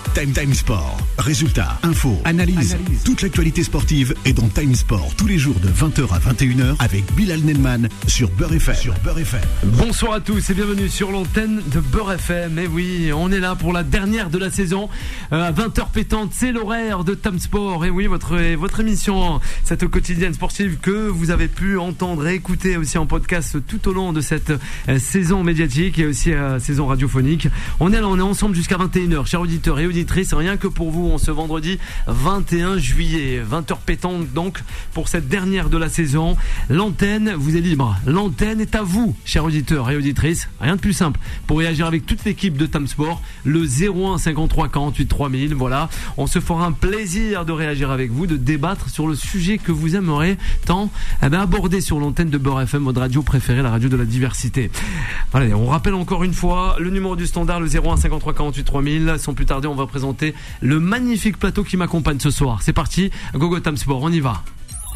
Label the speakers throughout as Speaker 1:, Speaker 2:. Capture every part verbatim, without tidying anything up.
Speaker 1: Time Time Sport. Résultats, infos, analyse. Analyse. Toute l'actualité sportive est dans Time Sport tous les jours de vingt heures à vingt et une heures avec Bilal Nelman sur Beurre F M. Sur Beurre F M.
Speaker 2: Bonsoir à tous et bienvenue sur l'antenne de Beurre F M. Et oui, on est là pour la dernière de la saison. Euh, à vingt heures pétantes, c'est l'horaire de Time Sport. Et oui, votre, votre émission, cette quotidienne sportive que vous avez pu entendre et écouter aussi en podcast tout au long de cette euh, saison médiatique et aussi euh, saison radiophonique. On est là, on est ensemble jusqu'à vingt et une heures, chers auditeurs et auditrices. Rien que pour vous, on ce vendredi vingt et un juillet, vingt heures pétantes donc pour cette dernière de la saison. L'antenne vous est libre, l'antenne est à vous, chers auditeurs et auditrices. Rien de plus simple pour réagir avec toute l'équipe de Time Sport, le zéro un cinquante-trois quarante-huit trois mille. Voilà, on se fera un plaisir de réagir avec vous, de débattre sur le sujet que vous aimeriez tant eh bien, aborder sur l'antenne de Beurre F M, votre radio préférée, la radio de la diversité. Voilà, on rappelle encore une fois le numéro du standard, le zéro un cinquante-trois quarante-huit trois mille. Sans plus tarder, on va présenter le magnifique plateau qui m'accompagne ce soir. C'est parti, go go Time Sport, on y va.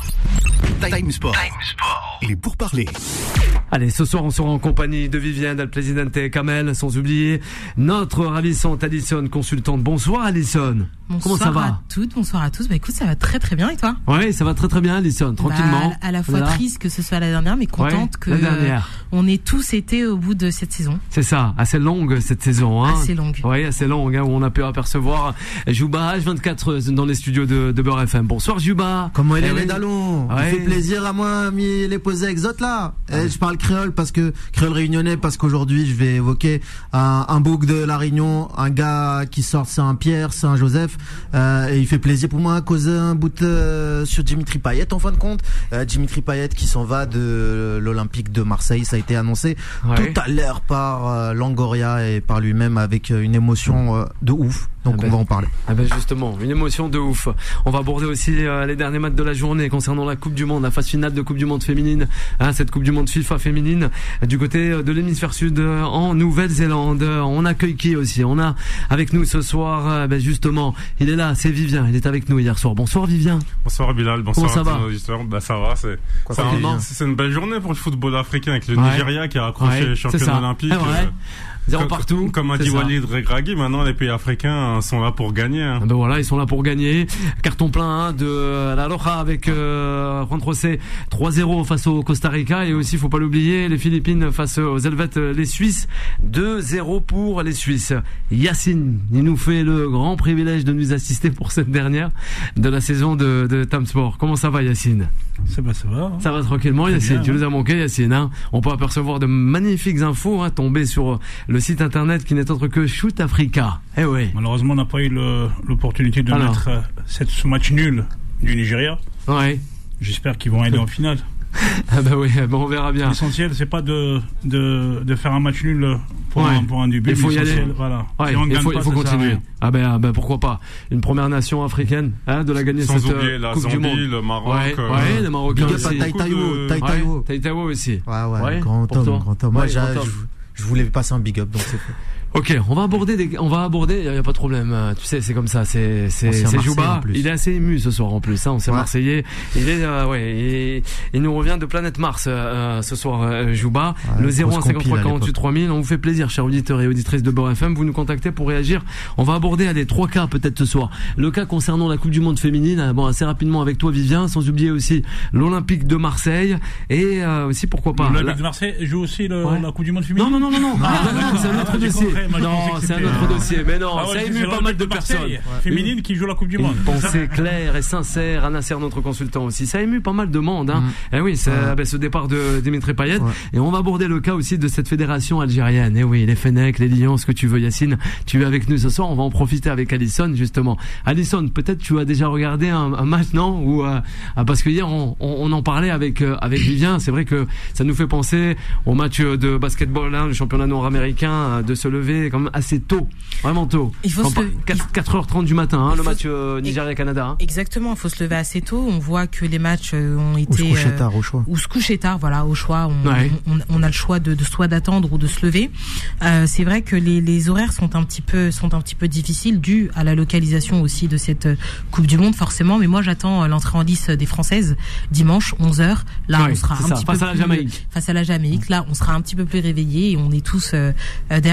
Speaker 1: Time Sport. Time Sport. Il est pour parler.
Speaker 2: Allez, ce soir on sera en compagnie de Viviane, Del Presidente et Kamel, sans oublier notre ravissante Alison, consultante. Bonsoir Alison.
Speaker 3: Bonsoir.
Speaker 2: Comment ça va
Speaker 3: à toutes, bonsoir à tous. Bah écoute, ça va très très bien et toi?
Speaker 2: Oui, ça va très très bien Alison, tranquillement.
Speaker 3: Bah, à la fois
Speaker 2: voilà.
Speaker 3: Triste que ce soit la dernière, mais contente
Speaker 2: ouais,
Speaker 3: que
Speaker 2: la dernière.
Speaker 3: On ait tous été au bout de cette saison.
Speaker 2: C'est ça, assez longue cette saison. Hein.
Speaker 3: Assez longue.
Speaker 2: Oui, assez longue, hein, où on a pu apercevoir Jouba H vingt-quatre dans les studios de, de Beurre F M. Bonsoir Jouba.
Speaker 4: Comment il
Speaker 2: eh
Speaker 4: est
Speaker 2: oui.
Speaker 4: les dalons?
Speaker 2: Ouais.
Speaker 4: Il fait plaisir à moi, mi les posés exotes là. Ah. Et je parle créole parce que créole réunionnais parce qu'aujourd'hui je vais évoquer un, un bouc de la Réunion, un gars qui sort Saint-Pierre, Saint-Joseph, euh, et il fait plaisir pour moi à causer un bout euh, sur Dimitri Payet en fin de compte. Euh, Dimitri Payet qui s'en va de l'Olympique de Marseille, ça a été annoncé ouais. tout à l'heure par euh, Longoria et par lui-même avec une émotion euh, de ouf. Donc ah ben, on va en parler.
Speaker 2: Ah ben justement, une émotion de ouf. On va aborder aussi euh, les derniers matchs de la journée concernant la Coupe du Monde, la phase finale de Coupe du Monde féminine, hein, cette Coupe du Monde FIFA féminine du côté de l'hémisphère sud euh, en Nouvelle-Zélande. On accueille qui aussi? On a avec nous ce soir, euh, ben justement, il est là, c'est Vivien. Il est avec nous hier soir. Bonsoir Vivien.
Speaker 5: Bonsoir Bilal. Bonsoir
Speaker 2: Comment ça
Speaker 5: à
Speaker 2: va?
Speaker 5: tous nos auditeurs. Bah ça va, c'est
Speaker 2: Quoi,
Speaker 5: c'est, un, c'est une belle journée pour le football africain avec le ouais. Nigeria qui a accroché
Speaker 2: ouais,
Speaker 5: champion olympique.
Speaker 2: Ah ouais. Zéro
Speaker 5: comme,
Speaker 2: partout.
Speaker 5: Comme a dit Walid Regragui, maintenant les pays africains sont là pour gagner. Hein.
Speaker 2: Ah ben voilà, ils sont là pour gagner. Carton plein hein, de la Loja avec euh, Juan José trois zéro face au Costa Rica et aussi, faut pas l'oublier, les Philippines face aux Helvètes, les Suisses, deux zéro pour les Suisses. Yacine, il nous fait le grand privilège de nous assister pour cette dernière de la saison de, de Time Sport. Comment ça va Yacine?
Speaker 6: Ça va, ça va. Hein.
Speaker 2: Ça va tranquillement Yacine, bien, tu hein. nous as manqué Yacine. Hein. On peut apercevoir de magnifiques infos hein, tombées sur le site internet qui n'est autre que Shoot Africa. Eh oui.
Speaker 6: Malheureusement, on n'a pas eu le, l'opportunité de Alors. mettre euh, cette, ce match nul du Nigeria.
Speaker 2: Ouais.
Speaker 6: J'espère qu'ils vont aller en finale.
Speaker 2: Ah bah oui, bah on verra bien.
Speaker 6: L'essentiel, c'est pas de, de, de faire un match nul pour, ouais. un, pour un début.
Speaker 2: Il faut y aller.
Speaker 6: Voilà.
Speaker 2: Ouais,
Speaker 6: si on
Speaker 2: il faut,
Speaker 6: pas,
Speaker 2: il faut continuer. Ah ben bah, bah, pourquoi pas. Une première nation africaine, hein, de la gagner
Speaker 5: Sans
Speaker 2: cette
Speaker 5: oublier la
Speaker 2: Coupe
Speaker 5: Zambie,
Speaker 2: du Monde.
Speaker 5: le Maroc.
Speaker 2: Ouais,
Speaker 5: euh,
Speaker 2: ouais le Marocain aussi.
Speaker 4: Taïtaïwo, Taïtaïwo.
Speaker 2: Taïtaïwo aussi.
Speaker 4: Ouais, ouais,
Speaker 2: ouais
Speaker 4: grand homme, grand homme. Moi,
Speaker 2: ouais,
Speaker 4: je, je voulais passer un big up, donc c'est fait.
Speaker 2: Ok, on va aborder des, on va aborder, y a, y a pas de problème, tu sais, c'est comme ça, c'est, c'est, c'est Jouba, il est assez ému ce soir en plus, hein, on s'est ouais. Marseillais, il est, euh, ouais, il, il nous revient de planète Mars, euh, ce soir, euh, Jouba, ouais, le zéro un cinquante-trois quarante-huit trois mille, on vous fait plaisir, chers auditeurs et auditrices de Beurre F M, vous nous contactez pour réagir, on va aborder, allez, trois cas peut-être ce soir, le cas concernant la Coupe du Monde féminine, bon, assez rapidement avec toi Vivien, sans oublier aussi l'Olympique de Marseille, et euh, aussi pourquoi pas.
Speaker 6: L'Olympique
Speaker 2: la...
Speaker 6: de Marseille joue aussi le, ouais. la Coupe du Monde féminine?
Speaker 2: Non, non, non, non, non, ah, non, non c'est un autre
Speaker 6: ah,
Speaker 2: dossier. Non, c'est un autre dossier, mais non,
Speaker 6: ah ouais,
Speaker 2: ça émue pas mal de personnes.
Speaker 6: Ouais. Féminine qui joue la Coupe du Monde.
Speaker 2: Une pensée claire et sincère à Nasser, notre consultant aussi. Ça émue pas mal de monde, hein. Mmh. Et oui, c'est ouais. ben, ce départ de Dimitri Payet. Ouais. Et on va aborder le cas aussi de cette fédération algérienne. Et oui, les Fennecs, les Lions, ce que tu veux, Yacine. Tu es avec nous ce soir. On va en profiter avec Alison, justement. Alison, peut-être tu as déjà regardé un, un match, non? Ou euh, parce que hier on, on, on en parlait avec euh, avec Vivien. C'est vrai que ça nous fait penser au match de basketball, hein, le championnat nord-américain, de se lever quand même assez tôt. Vraiment tôt.
Speaker 3: Il faut se le...
Speaker 2: quatre heures trente du matin, hein, le match euh, Nigeria-Canada. Hein.
Speaker 3: Exactement, il faut se lever assez tôt. On voit que les matchs ont été...
Speaker 4: Ou se coucher tard, au choix.
Speaker 3: Ou se coucher tard, voilà, au choix. On,
Speaker 2: ouais.
Speaker 3: on, on a le choix de, de soit d'attendre ou de se lever. Euh, c'est vrai que les, les horaires sont un petit peu sont un petit peu difficiles, dû à la localisation aussi de cette Coupe du Monde, forcément. Mais moi, j'attends l'entrée en lice des Françaises dimanche, onze heures. Là,
Speaker 2: ouais,
Speaker 3: on sera un
Speaker 2: ça,
Speaker 3: petit
Speaker 2: face
Speaker 3: peu
Speaker 2: à la
Speaker 3: plus,
Speaker 2: Jamaïque.
Speaker 3: Face à la Jamaïque. Là, on sera un petit peu plus réveillés et on est tous euh, derrière les Bleus.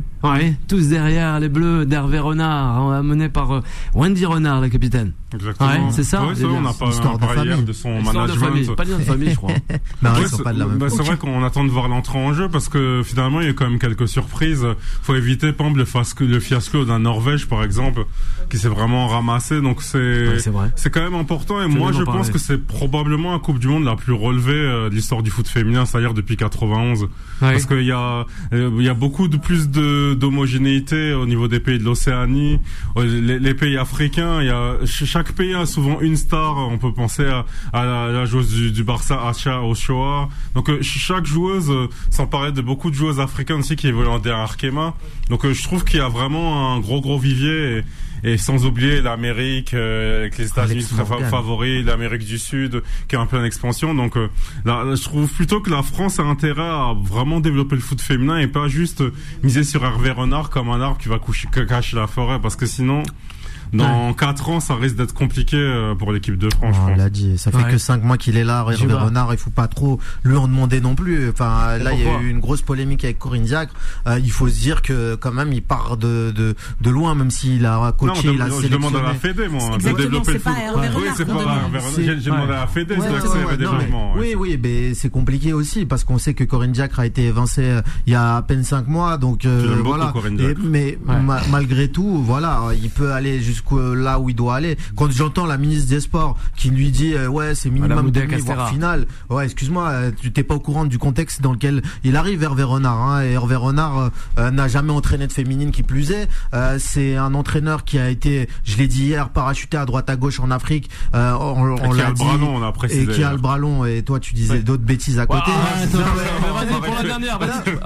Speaker 2: Ouais, tous derrière les Bleus d'Hervé Renard, mené par euh, Wendy Renard, la capitaine.
Speaker 5: Exactement.
Speaker 2: Ouais, c'est ça.
Speaker 5: Ouais, c'est vrai, on n'a pas un parlé de son
Speaker 2: Histoire
Speaker 5: management.
Speaker 2: De famille, pas bien de famille, je crois.
Speaker 4: Non,
Speaker 5: ouais,
Speaker 4: ils sont pas de la même.
Speaker 5: Bah, c'est
Speaker 4: okay.
Speaker 5: vrai qu'on attend de voir l'entrée en jeu parce que finalement il y a quand même quelques surprises. Faut éviter, par exemple, le fiasco, le fiasco d'un Norvège, par exemple, qui s'est vraiment ramassé. Donc c'est,
Speaker 2: ouais, c'est, vrai.
Speaker 5: c'est quand même important. Et moi, je pense parler. que c'est probablement la Coupe du Monde la plus relevée euh, de l'histoire du foot féminin, c'est-à-dire depuis quatre-vingt-onze. Ouais. Parce qu'il y a, euh, il y a beaucoup de plus de d'homogénéité au niveau des pays de l'Océanie, les, les pays africains. Il y a chaque pays a souvent une star. On peut penser à, à la, la joueuse du, du Barça, Acha Ochoa. Donc euh, chaque joueuse, euh, sans parler de beaucoup de joueuses africaines aussi qui évoluent derrière Arkema. Donc euh, je trouve qu'il y a vraiment un gros gros vivier. Et, et sans oublier l'Amérique, euh, avec les États-Unis très fa- favoris, l'Amérique du Sud qui est un peu en expansion. Donc euh, là, je trouve plutôt que la France a intérêt à vraiment développer le foot féminin et pas juste miser sur Hervé Renard comme un arbre qui va coucher, cacher la forêt, parce que sinon dans quatre ans, ça risque d'être compliqué pour l'équipe de France.
Speaker 4: Oh, on l'a dit, ça fait ouais. que cinq mois qu'il est là, Hervé Renard, il faut pas trop lui en demander non plus. Enfin, là, il y a eu une grosse polémique avec Corinne Diacre. Euh, il faut se dire que quand même, il part de de, de loin, même s'il a coaché,
Speaker 5: non,
Speaker 4: il a sélectionné.
Speaker 5: Je demande à la Fédé, moi, de développer le foot.
Speaker 3: Oui,
Speaker 5: c'est pas Hervé Renard. J'ai demandé à la Fédé d'accélérer le développement.
Speaker 4: Oui, oui, mais c'est compliqué aussi parce qu'on sait que Corinne Diacre a été évincée il y a à peine cinq mois, donc voilà. Mais malgré tout, voilà, il peut aller jusqu'au là où il doit aller. Quand j'entends la ministre des Sports qui lui dit euh, ouais c'est minimum demi voire finale, ouais excuse-moi, euh, tu t'es pas au courant du contexte dans lequel il arrive, Hervé Renard. Hein, et Hervé Renard euh, n'a jamais entraîné de féminine, qui plus est. Euh, c'est un entraîneur qui a été, je l'ai dit hier, parachuté à droite à gauche en Afrique. Euh, on, on l'a dit.
Speaker 5: Long, on a précisé,
Speaker 4: et qui a le bras long. Et toi tu disais ouais. d'autres bêtises à côté.
Speaker 2: Ouais, vas-y pour la dernière.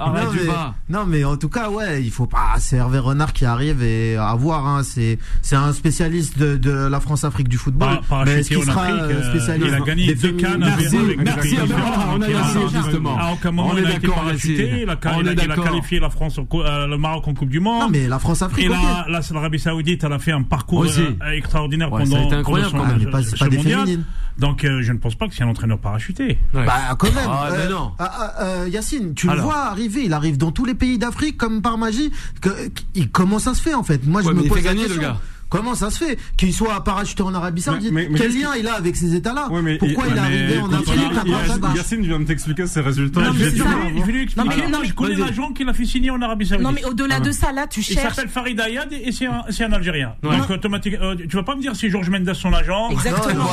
Speaker 4: Non mais en tout cas ouais, il faut pas. C'est Hervé Renard qui arrive et à voir. Hein, c'est c'est un spécialiste de, de la France-Afrique du football.
Speaker 6: Par,
Speaker 4: mais est-ce qu'il sera
Speaker 6: Afrique,
Speaker 4: spécialiste
Speaker 6: il a gagné deux cannes
Speaker 2: merci, avec merci, on a Yassine justement.
Speaker 6: À aucun moment il a été parachuté. Il a qualifié la France, le Maroc en Coupe du Monde.
Speaker 4: Non mais la France-Afrique.
Speaker 6: Et là, l'Arabie Saoudite, elle a fait un parcours extraordinaire pendant.
Speaker 2: Ça a été incroyable quand même.
Speaker 4: C'est pas des féminines.
Speaker 6: Donc euh, je ne pense pas que c'est un entraîneur parachuté.
Speaker 4: Ouais. Bah quand même.
Speaker 2: Ah, euh, non.
Speaker 4: Euh, euh, Yacine, tu Alors. le vois arriver, il arrive dans tous les pays d'Afrique comme par magie. Que, il, comment ça se fait en fait? Moi je
Speaker 2: ouais,
Speaker 4: me
Speaker 2: mais
Speaker 4: pose
Speaker 2: il fait
Speaker 4: la
Speaker 2: gagner
Speaker 4: question.
Speaker 2: Le gars.
Speaker 4: Comment ça se fait qu'il soit parachuté en Arabie Saoudite? Mais, mais, mais Quel lien il a avec ces États-là?
Speaker 5: ouais, mais,
Speaker 4: Pourquoi il, il est arrivé en Afrique?
Speaker 5: Yacine vient de t'expliquer ses résultats.
Speaker 6: Non, je, je, je vais lui expliquer. Non, je connais l'agent qui l'a fait signer en Arabie Saoudite.
Speaker 3: Non, mais au-delà de ça, là, tu cherches.
Speaker 6: Il s'appelle Farid Ayad et c'est un, c'est un Algérien. Ouais. Donc, automatique, euh, tu vas pas me dire si Georges Mendes son agent.
Speaker 3: Exactement.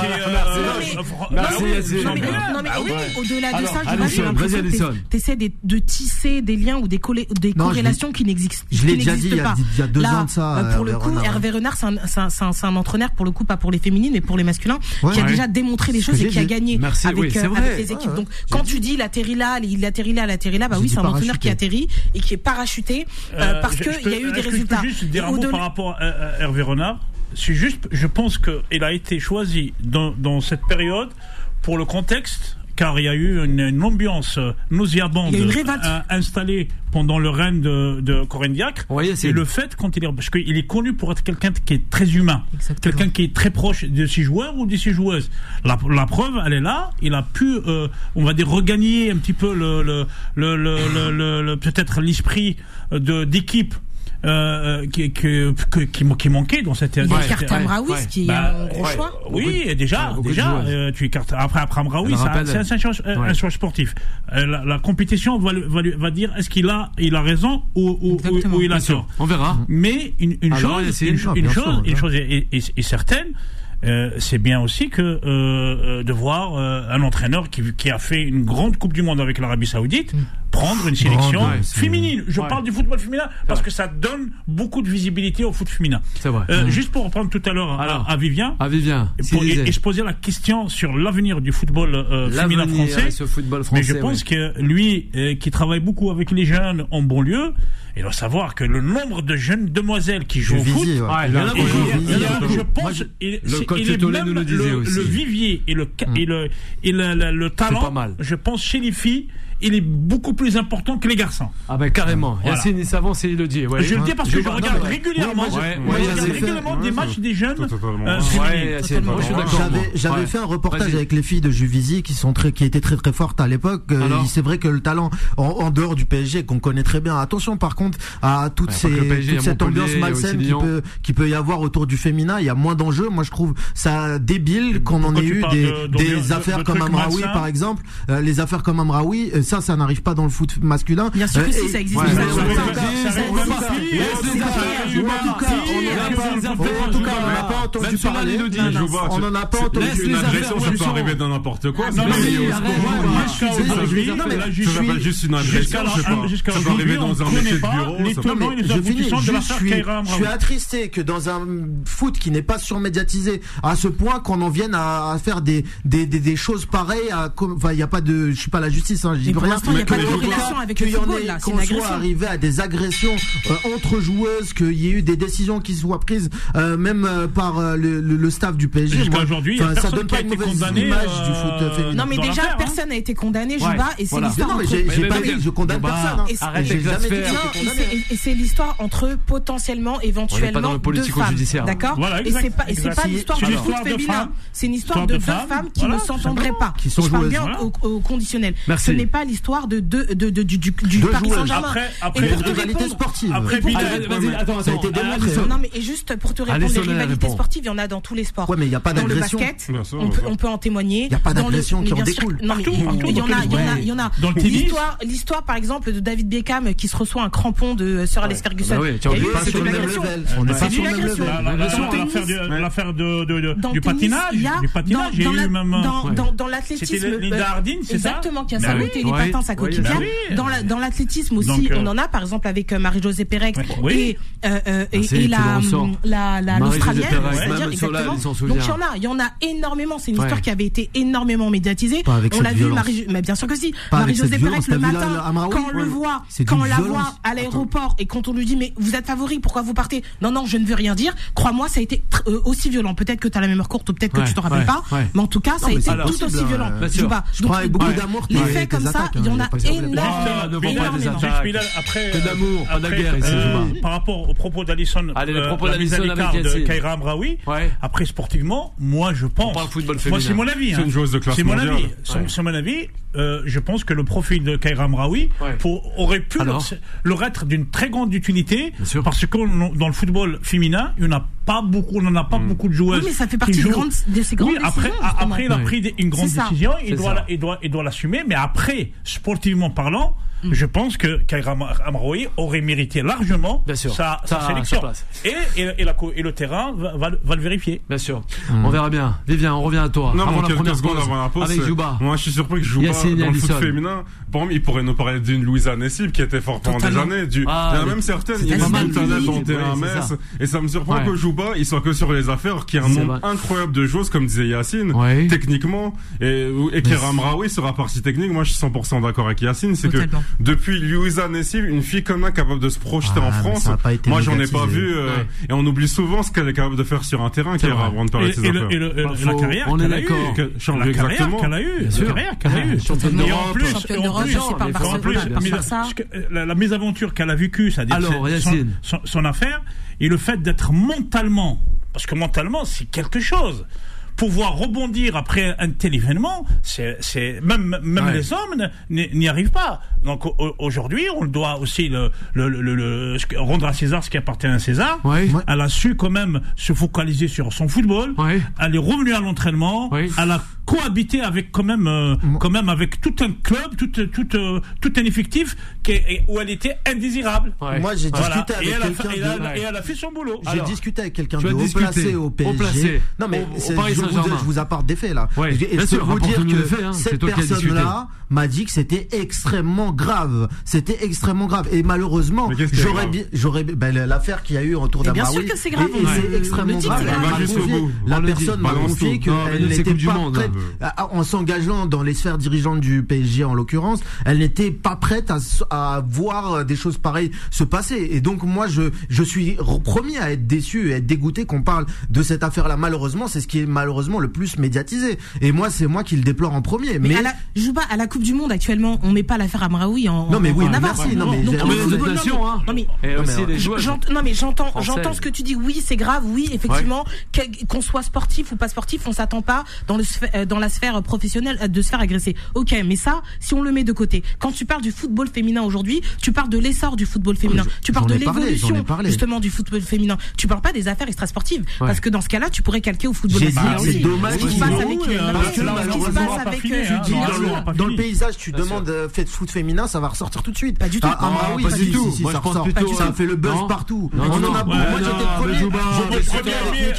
Speaker 2: Merci, Yacine.
Speaker 3: Non, mais au-delà de ça, j'ai l'impression que tu essaies de tisser des liens ou des corrélations qui n'existent pas.
Speaker 4: Je l'ai déjà dit il y a deux ans de ça.
Speaker 3: Pour le coup, Hervé Renard, c'est un entraîneur, pour le coup, pas pour les féminines, mais pour les masculins, ouais, qui a ouais. déjà démontré des choses et qui a gagné Merci, avec, oui, euh, avec les équipes. Ouais, Donc, quand dit. tu dis il atterrit là, il atterrit là, il atterrit là, bah j'ai oui, c'est un parachuté. entraîneur qui atterrit et qui est parachuté euh, euh, parce qu'il y a eu des résultats.
Speaker 6: Je peux juste dire un mot par rapport à, à Hervé Renard. C'est juste, je pense qu'il a été choisi dans, dans cette période pour le contexte. Car il y a eu une, une ambiance nauséabonde euh, installée pendant le règne de, de Corinne Diacre.
Speaker 2: Oui,
Speaker 6: et le fait, quand il est, parce qu'il est connu pour être quelqu'un qui est très humain, Exactement. quelqu'un qui est très proche de ses joueurs ou de ses joueuses. La, la preuve, elle est là. Il a pu, euh, on va dire, regagner un petit peu le, le, le, le, le, le, le peut-être l'esprit de d'équipe. Euh, qui, qui, qui, qui manquait dans cette.
Speaker 3: Il y a Carter Amraoui, ouais, qui est bah, un gros ouais, choix.
Speaker 6: Oui, et déjà, déjà, euh, tu écartes après après Amraoui, c'est, c'est un, choix, ouais. un choix sportif. Euh, la, la compétition va, va, va dire est-ce qu'il a, il a raison ou, ou, ou, ou il a tort.
Speaker 2: On verra.
Speaker 6: Mais une, une Alors, chose, une, une, une chose, une chose est, est, est certaine. Euh, c'est bien aussi que euh, de voir euh, un entraîneur qui, qui a fait une grande Coupe du Monde avec l'Arabie Saoudite mmh. prendre une sélection oh, ouais, féminine. Je ouais. parle du football féminin parce que ça donne beaucoup de visibilité au foot féminin.
Speaker 2: C'est vrai.
Speaker 6: Euh, mmh. Juste pour reprendre tout à l'heure à, à Vivien,
Speaker 2: à Vivien
Speaker 6: pour, et, et se poser la question sur l'avenir du football euh, féminin français.
Speaker 2: Ce football français.
Speaker 6: Mais je pense oui. que lui, euh, qui travaille beaucoup avec les jeunes en banlieue, il doit savoir que le nombre de jeunes demoiselles qui jouent au foot,
Speaker 2: ouais. Ouais, il y en a beaucoup.
Speaker 6: Je pense, il est même le, le vivier et le, mm. et le, et le, le talent, je pense, chez les filles il est beaucoup plus important que les garçons.
Speaker 2: Ah ben carrément. Voilà. Yacine, il s'avance et il le dit. Ouais.
Speaker 6: Je le dis parce que je, je regarde non, régulièrement, ouais, ouais, moi, je regarde régulièrement fait... des matchs des jeunes. Euh,
Speaker 2: ouais, moi, je suis d'accord.
Speaker 4: J'avais, j'avais ouais. fait un reportage avec les filles de Juvisy qui sont très, qui étaient très très fortes à l'époque. Alors, c'est vrai que le talent en, en dehors du P S G qu'on connaît très bien. Attention par contre à toute, ouais, ces, P S G, toute cette ambiance malsaine qui peut, qui peut y avoir autour du féminin. Il y a moins d'enjeux. Moi je trouve ça débile qu'on en ait eu des, des affaires comme Amraoui par exemple. Les affaires comme Amraoui, ça, ça n'arrive pas dans le foot masculin.
Speaker 3: Bien sûr que si, ça existe.
Speaker 4: En tout cas, on n'a pas entendu parler. On n'en a pas entendu.
Speaker 5: Une agression, ça peut arriver dans n'importe quoi. Non, mais ça s'appelle juste une agression. Ça peut arriver dans un métier de bureau.
Speaker 4: Je finis. Je suis attristé que dans un foot qui n'est pas surmédiatisé à ce point qu'on en vienne à faire des des des choses pareilles. Enfin, il n'y a pas de, je suis pas la justice, hein, je dis rien.
Speaker 3: Il n'y a pas de corrélation avec le football, là.
Speaker 4: Qu'on soit arrivé à des agressions euh, entre joueuses, qu'il y ait eu des décisions qui soient prises, euh, même euh, par euh, le, le, le staff du P S G.
Speaker 6: Jusqu'à aujourd'hui,
Speaker 4: ça donne pas une mauvaise image euh, du foot féminin.
Speaker 3: Non, mais déjà,
Speaker 6: l'affaire,
Speaker 3: personne n'a été condamné, Jouba, ouais, et c'est
Speaker 4: voilà.
Speaker 3: l'histoire.
Speaker 4: Non, mais j'ai, j'ai pas dit, je condamne
Speaker 2: bah,
Speaker 4: personne. Hein.
Speaker 2: Arrête
Speaker 4: j'ai jamais dit
Speaker 3: non, et c'est l'histoire entre potentiellement, éventuellement, deux femmes. D'accord?
Speaker 6: Voilà,
Speaker 3: et c'est pas, et c'est pas l'histoire du foot féminin. C'est une histoire de deux femmes qui ne s'entendraient pas.
Speaker 4: Qui sont
Speaker 3: je parle
Speaker 4: joueuses.
Speaker 3: bien au, au conditionnel.
Speaker 2: Merci.
Speaker 3: Ce n'est pas l'histoire de, de, de, de, du, du, du Paris Saint-Germain.
Speaker 6: Après, après,
Speaker 3: et pour te
Speaker 4: rivalité
Speaker 3: répondre,
Speaker 4: sportive.
Speaker 6: Après,
Speaker 2: Allez, vas-y, attends,
Speaker 4: ça a été démontré.
Speaker 3: Non, mais et juste pour te répondre, les rivalités sportives, il y en a dans tous les sports.
Speaker 4: Ouais, mais il n'y a pas
Speaker 3: dans
Speaker 4: d'agression.
Speaker 3: Dans le basket, on peut, on peut en témoigner.
Speaker 4: Il n'y a pas d'agression qui en découle.
Speaker 3: Non, mais il y en a, il y en a, il y en a.
Speaker 6: Dans le tennis.
Speaker 3: L'histoire, l'histoire, par exemple, de David Beckham qui se reçoit un crampon de Sir Alex Ferguson.
Speaker 4: On n'est pas sur le même level. On n'est pas sur le même
Speaker 6: level. L'affaire du patinage. Du patinage, il y a eu même.
Speaker 3: Dans l'athlétisme.
Speaker 6: Linda Hardin, c'est ça?
Speaker 3: Exactement, qui a salué les patins sa coéquipière. Dans l'athlétisme aussi, on en a, par exemple, avec Marie-Josée Pérec et la l'Australienne. Exactement. Donc il y en a, il y en a énormément. C'est une histoire qui avait été énormément médiatisée. On l'a vu, Marie, mais bien sûr que si. Marie-Josée Pérec le matin, quand on le voit, quand on la voit à l'aéroport et quand on lui dit mais vous êtes favori, pourquoi vous partez? Non non, je ne veux rien dire. Crois-moi, ça a été aussi violent. Peut-être que tu as la mémoire courte ou peut-être que tu t'en rappelles pas, mais en tout cas, ça a été tout aussi violent.
Speaker 4: Je crois avec beaucoup d'amour.
Speaker 3: Les faits comme ça, il y en a énormément.
Speaker 6: Après,
Speaker 2: que d'amour, pas de guerre ici.
Speaker 6: Par rapport aux propos d'Alisson, la mise à l'écart de Kaira Amraoui. Après sportivement, moi je pense. Moi c'est mon avis.
Speaker 5: C'est une joueuse de classe
Speaker 6: C'est mon
Speaker 5: mondiale.
Speaker 6: avis. C'est mon avis. Je pense que le profil de Kaira Amraoui aurait pu leur être d'une très grande utilité parce que dans le football féminin, il n'y en a pas beaucoup, on n'en a pas mmh. beaucoup de joueuses.
Speaker 3: Oui, mais ça fait partie de, grandes, de ces grandes
Speaker 6: oui, après,
Speaker 3: décisions.
Speaker 6: Après, il a pris oui. une grande décision, il doit, la, il, doit, il doit l'assumer, mais après, sportivement parlant, mmh. je pense que Kaira Amraoui aurait mérité largement
Speaker 2: sûr,
Speaker 6: sa, sa sélection. Et, et, et, la, et le terrain va, va, va le vérifier.
Speaker 2: Bien sûr. Mmh. On verra bien. Vivien, on revient à toi.
Speaker 5: Non,
Speaker 2: avant
Speaker 5: la
Speaker 2: première
Speaker 5: seconde avant la pause.
Speaker 2: Avec Jouba.
Speaker 5: Moi, je suis surpris que Jouba, dans le foot féminin, par exemple, il pourrait nous parler d'une Louisa Nessib qui était forte pendant des années. Du,
Speaker 2: ah,
Speaker 5: il y en a même certaines, il y a pas mal de talent en terrain à Metz. Et ça me surprend que Jouba, il soit que sur les affaires, qui a un nombre incroyable de joueuses, comme disait Yacine, ouais. techniquement, et, et Kaira Amraoui sur la partie technique. Moi, je suis cent pour cent d'accord avec Yacine, c'est que depuis Louisa Nessib, une fille comme ça capable de se projeter ah, en France, moi, j'en ai pas vu, euh, ouais. et on oublie souvent ce qu'elle est capable de faire sur un terrain, Kaira, avant de parler de ses affaires.
Speaker 6: Et la carrière qu'elle a eue, la carrière qu'elle a eue, la carrière qu'elle a eue. Et en plus, en plus, la mésaventure qu'elle a vécue, c'est-à-dire son affaire, et le fait d'être mentalement, parce que mentalement c'est quelque chose, pouvoir rebondir après un tel événement, c'est, c'est même même ouais. les hommes n'y arrivent pas. Donc aujourd'hui, on doit aussi le, le, le, le, le rendre à César ce qui appartient à César. Ouais. Elle a su quand même se focaliser sur son football. Ouais. Elle est revenue à l'entraînement. Ouais. Elle a cohabité avec quand même euh, quand même avec tout un club, tout tout euh, tout un effectif qui est, où elle était indésirable.
Speaker 4: Ouais. Moi, j'ai
Speaker 6: voilà.
Speaker 4: discuté avec
Speaker 6: et
Speaker 4: quelqu'un
Speaker 6: a,
Speaker 4: de...
Speaker 6: et, elle a, et elle a fait son boulot.
Speaker 4: J'ai
Speaker 6: Alors,
Speaker 4: discuté avec quelqu'un de haut placé au P S G. Placé. Non mais
Speaker 2: au,
Speaker 4: c'est,
Speaker 2: au
Speaker 4: je, vous, je vous apporte des faits là.
Speaker 2: Ouais.
Speaker 4: Et je peux vous dire que fait, hein. cette personne-là m'a dit que c'était extrêmement grave. C'était extrêmement grave. Et malheureusement, j'aurais bien, j'aurais, ben, l'affaire qu'il y a eu autour d'Amraoui.
Speaker 3: Bien sûr que c'est grave.
Speaker 4: Et, et c'est extrêmement grave. La personne m'a confié qu'elle n'était pas prête en s'engageant dans les sphères dirigeantes du P S G en l'occurrence, elle n'était pas prête à, à voir des choses pareilles se passer. Et donc moi je je suis premier à être déçu et à être dégoûté qu'on parle de cette affaire-là. Malheureusement, c'est ce qui est malheureusement le plus médiatisé. Et moi, c'est moi qui le déplore en premier. Mais,
Speaker 3: mais à la, je joue pas à la Coupe du Monde actuellement, on met pas l'affaire Amraoui en
Speaker 4: non mais oui,
Speaker 3: en
Speaker 4: mais merci. Non mais
Speaker 3: non mais non mais j'entends j'entends ce que tu dis. Oui, c'est grave. Oui, effectivement, ouais. qu'on soit sportif ou pas sportif, on s'attend pas dans le dans la sphère professionnelle de se faire agresser. Ok, mais ça, si on le met de côté, quand tu parles du football féminin aujourd'hui, tu parles de l'essor du football féminin, oh, tu parles de l'évolution justement du football féminin. Tu parles pas des affaires extrasportives, ouais. parce que dans ce cas-là, tu pourrais calquer au football masculin aussi.
Speaker 4: C'est dommage.
Speaker 3: Ce qui se passe avec ce qui se passe avec
Speaker 4: dans le paysage, tu demandes fait de foot féminin, ça va ressortir tout de suite.
Speaker 3: Pas du tout.
Speaker 4: Ah oui, pas du tout. Moi, je pense plutôt ça fait le buzz partout. On en a beaucoup. Moi, j'étais premier. J'étais premier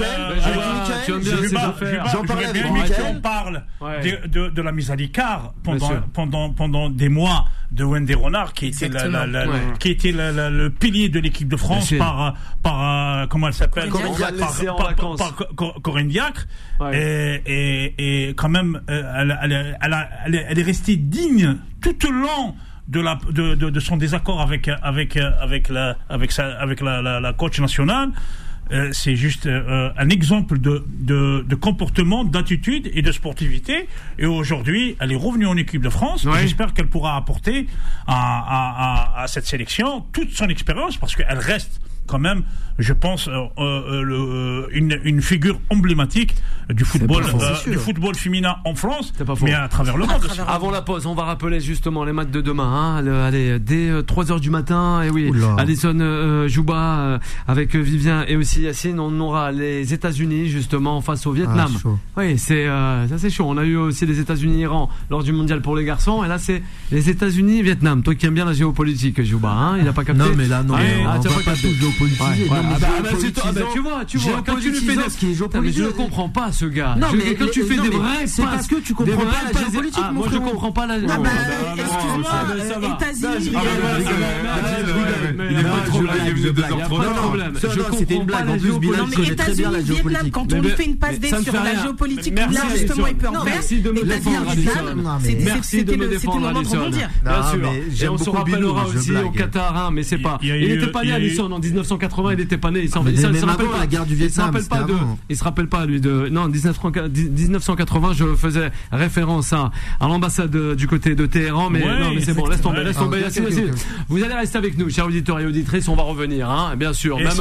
Speaker 4: avec Mickaël.
Speaker 6: J'en parlais avec Mickaël. On parle de la mise à l'écart pendant pendant des mois de Wendy Renard, qui était la, la, la, ouais. qui était la, la, le pilier de l'équipe de France par par comment elle s'appelle
Speaker 2: Corinne Diacre,
Speaker 6: par, par, par, par Corinne Diacre, ouais. et, et et quand même elle elle elle, a, elle, est, elle est restée digne tout au long de la de, de, de son désaccord avec avec avec la avec sa avec la la, la coach nationale. Euh, c'est juste euh, un exemple de, de, de comportement, d'attitude et de sportivité. Et aujourd'hui, elle est revenue en équipe de France. Oui. J'espère qu'elle pourra apporter à, à, à, à cette sélection toute son expérience, parce qu'elle reste quand même, je pense, euh, euh, le, une, une figure emblématique du football, faux, euh, du football féminin en France, mais à travers le monde.
Speaker 2: Travers Avant la pause, on va rappeler justement les matchs de demain. Hein. Le, allez, dès euh, trois heures du matin, et oui, Oula. Alison euh, Jouba euh, avec Vivien et aussi Yacine, on aura les États-Unis justement face au Vietnam. Ah, oui, c'est euh, ça c'est chaud. On a eu aussi les États-Unis-Iran lors du mondial pour les garçons, et là c'est les États-Unis-Vietnam. Toi qui aimes bien la géopolitique, Jouba, hein, il n'a pas capté.
Speaker 4: Non mais là non, ah,
Speaker 2: ah,
Speaker 4: on va pas tout géopolitiser.
Speaker 2: Ouais, ouais. Ah bah, bah, ah bah, tu vois, tu vois, quand tu lui fais des...
Speaker 4: ce qui est
Speaker 2: mais je ne comprends pas ce gars.
Speaker 4: Non, mais
Speaker 2: quand tu fais des vrais,
Speaker 4: c'est parce que tu comprends pas la géopolitique.
Speaker 2: Moi, je comprends pas la.
Speaker 3: Ah bah, excuse-moi, États-Unis.
Speaker 5: Il est pas trop là, il est deux heures trente.
Speaker 4: C'était une blague. En plus, Bilal connaît très bien la géopolitique.
Speaker 3: Quand on lui fait une passe D sur la géopolitique, là justement, il peut en faire.
Speaker 2: Merci de me défendre, Alison. Merci de me défendre, Alison. Bien sûr. Et on se rappellera aussi au Qatar, mais c'est pas. Il n'était pas né, Alison, en dix-neuf cent quatre-vingts, il n'était pas né. Il s'en rappelle pas
Speaker 4: la guerre du Vietnam.
Speaker 2: Il se rappelle pas de. Il se rappelle pas lui de. Non, dix-neuf cent quatre-vingts, je faisais référence à à l'ambassade du côté de Téhéran, mais non, mais c'est bon, laisse tomber, laisse tomber. Vous allez rester avec nous, chers auditeurs et auditrices, on va revenir, hein, bien sûr. Même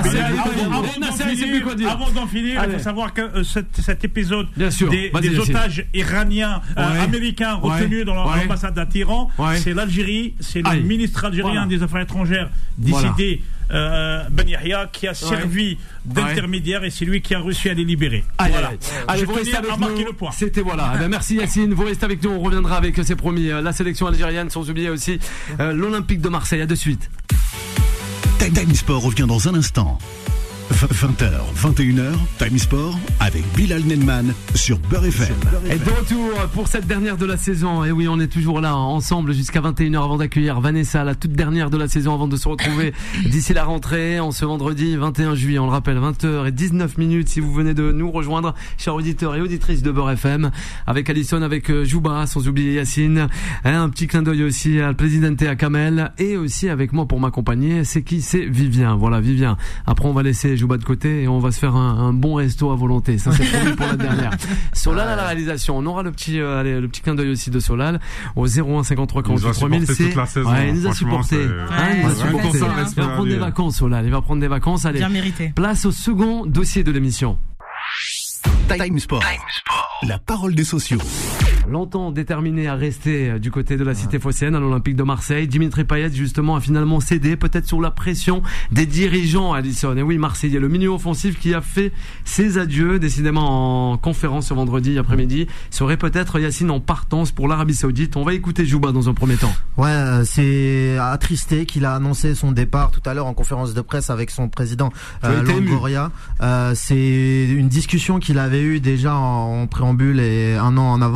Speaker 6: avant d'en finir, il faut savoir que cet épisode des otages iraniens, américains retenus dans l'ambassade à Téhéran, c'est l'Algérie, c'est le ministre algérien des Affaires étrangères décidé. Euh, Ben Yahya qui a servi ouais. d'intermédiaire, et c'est lui qui a réussi à les libérer.
Speaker 2: Allez, voilà. Allez, vous restez avec nous. Le point. C'était voilà. Eh bien, merci Yacine. Vous restez avec nous. On reviendra avec, c'est promis, la sélection algérienne, sans oublier aussi euh, l'Olympique de Marseille. À de suite.
Speaker 1: Time Sport revient dans un instant. vingt heures, vingt et une heures, Time Sport avec Bilal Nenman sur Beurre F M.
Speaker 2: Et de retour pour cette dernière de la saison. Et oui, on est toujours là ensemble jusqu'à vingt et une heures avant d'accueillir Vanessa, la toute dernière de la saison avant de se retrouver d'ici la rentrée en ce vendredi vingt et un juillet. On le rappelle, vingt heures dix-neuf minutes si vous venez de nous rejoindre, chers auditeurs et auditrices de Beurre F M, avec Alison, avec Jouba, sans oublier Yacine. Un petit clin d'œil aussi à le Presidente, à Kamel, et aussi avec moi pour m'accompagner. C'est qui? C'est Vivien. Voilà, Vivien. Après, on va laisser Jouba de côté et on va se faire un, un bon resto à volonté. Ça c'est promis pour la dernière. Solal à la réalisation. On aura le petit, euh, allez, le petit clin d'œil aussi de Solal au zéro un cinquante-trois quarante-huit trois mille. C'est, ouais, il nous a supporté. Hein, il nous a supporté. Il va prendre des vacances, Solal. Il va prendre des vacances. Allez.
Speaker 3: Bien mérité.
Speaker 2: Place au second dossier de l'émission.
Speaker 1: Time Sport. Time Sport. La parole des sociaux.
Speaker 2: Longtemps déterminé à rester du côté de la cité phocéenne à l'Olympique de Marseille, Dimitri Payet justement a finalement cédé, peut-être sous la pression des dirigeants, Alison. Et oui, Marseillais, le milieu offensif qui a fait ses adieux, décidément en conférence ce vendredi après-midi, serait peut-être Yacine en partance pour l'Arabie Saoudite. On va écouter Jouba dans un premier temps.
Speaker 4: Ouais, c'est attristé qu'il a annoncé son départ tout à l'heure en conférence de presse avec son président euh, Longoria. Euh, c'est une discussion qu'il avait eue déjà en, en préambule et un an en avance.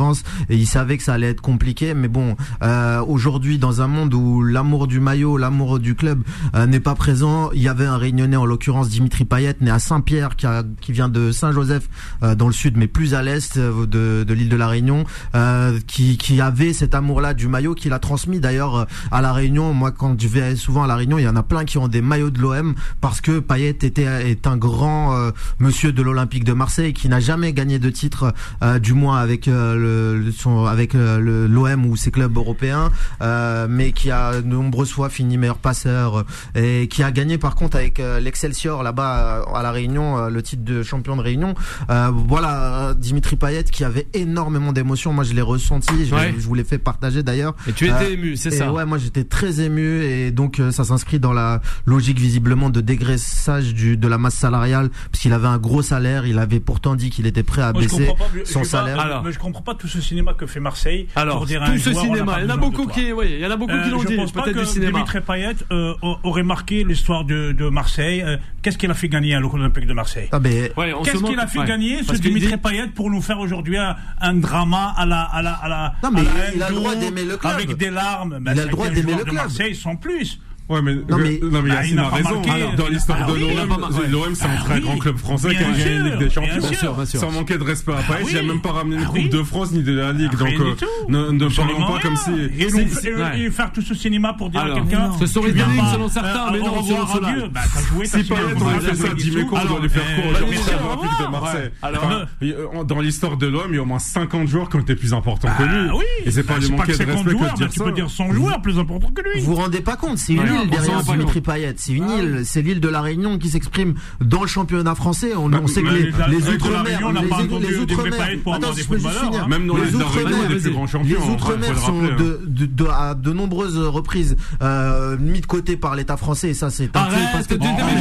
Speaker 4: et il savait que ça allait être compliqué. Mais bon, euh, aujourd'hui, dans un monde où l'amour du maillot, l'amour du club euh, n'est pas présent, il y avait un Réunionnais, en l'occurrence Dimitri Payet, né à Saint-Pierre, qui, a, qui vient de Saint-Joseph, euh, dans le sud, mais plus à l'est euh, de, de l'île de la Réunion, euh, qui, qui avait cet amour-là du maillot, qu'il a transmis d'ailleurs euh, à la Réunion. Moi, quand je vais souvent à la Réunion, il y en a plein qui ont des maillots de l'O M parce que Payet était est un grand euh, monsieur de l'Olympique de Marseille qui n'a jamais gagné de titre, euh, du moins avec euh, le son, avec euh, le, l'O M ou ses clubs européens, euh, mais qui a de nombreuses fois fini meilleur passeur euh, et qui a gagné par contre avec euh, l'Excelsior là-bas à la Réunion euh, le titre de champion de Réunion. Euh, voilà, Dimitri Payet qui avait énormément d'émotions. Moi, je l'ai ressenti. Je, ouais. je vous l'ai fait partager d'ailleurs.
Speaker 2: Et tu étais euh, ému, c'est ça.
Speaker 4: Ouais, moi j'étais très ému et donc euh, ça s'inscrit dans la logique visiblement de dégraissage du de la masse salariale, parce qu'il avait un gros salaire. Il avait pourtant dit qu'il était prêt à moi, baisser pas, son salaire.
Speaker 6: Pas, alors, mais je comprends pas tout ce cinéma que fait Marseille.
Speaker 2: Alors, pour dire tout ce cinéma, il y en a beaucoup qui, oui, il y en a beaucoup euh, qui l'ont dit.
Speaker 6: Je pense pas
Speaker 2: peut-être
Speaker 6: que
Speaker 2: du cinéma.
Speaker 6: Dimitri Payet euh, aurait marqué l'histoire de, de Marseille. Euh, qu'est-ce qu'il a fait gagner à l'Olympique de Marseille?
Speaker 4: Ah ben,
Speaker 6: ouais, qu'est-ce qu'il a fait ouais. gagner ce Dimitri dit... Payet pour nous faire aujourd'hui un, un drama à la à la à la.
Speaker 4: Non mais
Speaker 6: à
Speaker 4: la il a le droit d'aimer le club.
Speaker 6: Avec des larmes.
Speaker 4: Il a le droit d'aimer le club.
Speaker 6: Marseille sans plus.
Speaker 5: Ouais, mais, non, mais, euh, non, mais bah, Yacine a, a raison. Alors, dans l'histoire ah, de oui, l'O M, l'O M, c'est un très ah, grand oui. club français bien qui a gagné la Ligue des Champions. Bien sûr, bien sûr. Sans manquer de respect à Payet, ah, oui. il n'a même pas ramené une ah, Coupe oui. de France ni de la Ligue. Donc, euh, ne, ne parlons pas comme si.
Speaker 6: Et, donc, si, et, et faire tout ce cinéma pour dire alors, à quelqu'un.
Speaker 2: Ce sont les dérives selon certains, mais non, selon cela.
Speaker 5: Si Payet aurait fait ça, Dimeco, on doit lui faire quoi aujourd'hui à l'Olympique de Marseille? Dans l'histoire de l'O M, il y a au moins cinquante joueurs qui ont été plus importants que lui. Et c'est pas lui manquer de respect que de dire ça.
Speaker 6: Tu peux dire cent joueurs plus importants que lui.
Speaker 4: Vous vous rendez pas compte, c'est une île derrière Dimitri Payet, c'est une île, c'est l'île de la Réunion qui s'exprime dans le championnat français. On, on sait que les, les outre-mer, les, les outre-mer, attends, je peux juste finir.
Speaker 5: Même dans les outre-mer,
Speaker 4: les plus grands champions, les outre-mer sont de, de, de, à de nombreuses reprises euh, mis de côté par l'État français. Et ça, c'est un fait parce que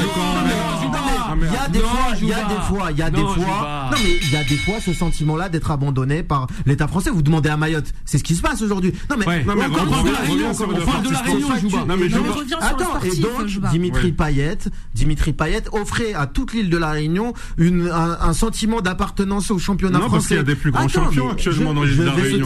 Speaker 4: il y a des fois, il y a des fois, il y a des fois, non mais il y a des fois ce sentiment-là d'être abandonné par l'État français. Vous demandez à Mayotte, c'est ce qui se passe aujourd'hui. Non mais on parle de la Réunion, on parle de la Réunion, Jouba. Non mais attends, et donc Dimitri Payet, Dimitri Payet offrait à toute l'île de la Réunion une un, un sentiment d'appartenance au championnat
Speaker 5: non,
Speaker 4: français.
Speaker 5: Parce qu'il y a des plus grands attends, champions actuellement dans l'île de la Réunion.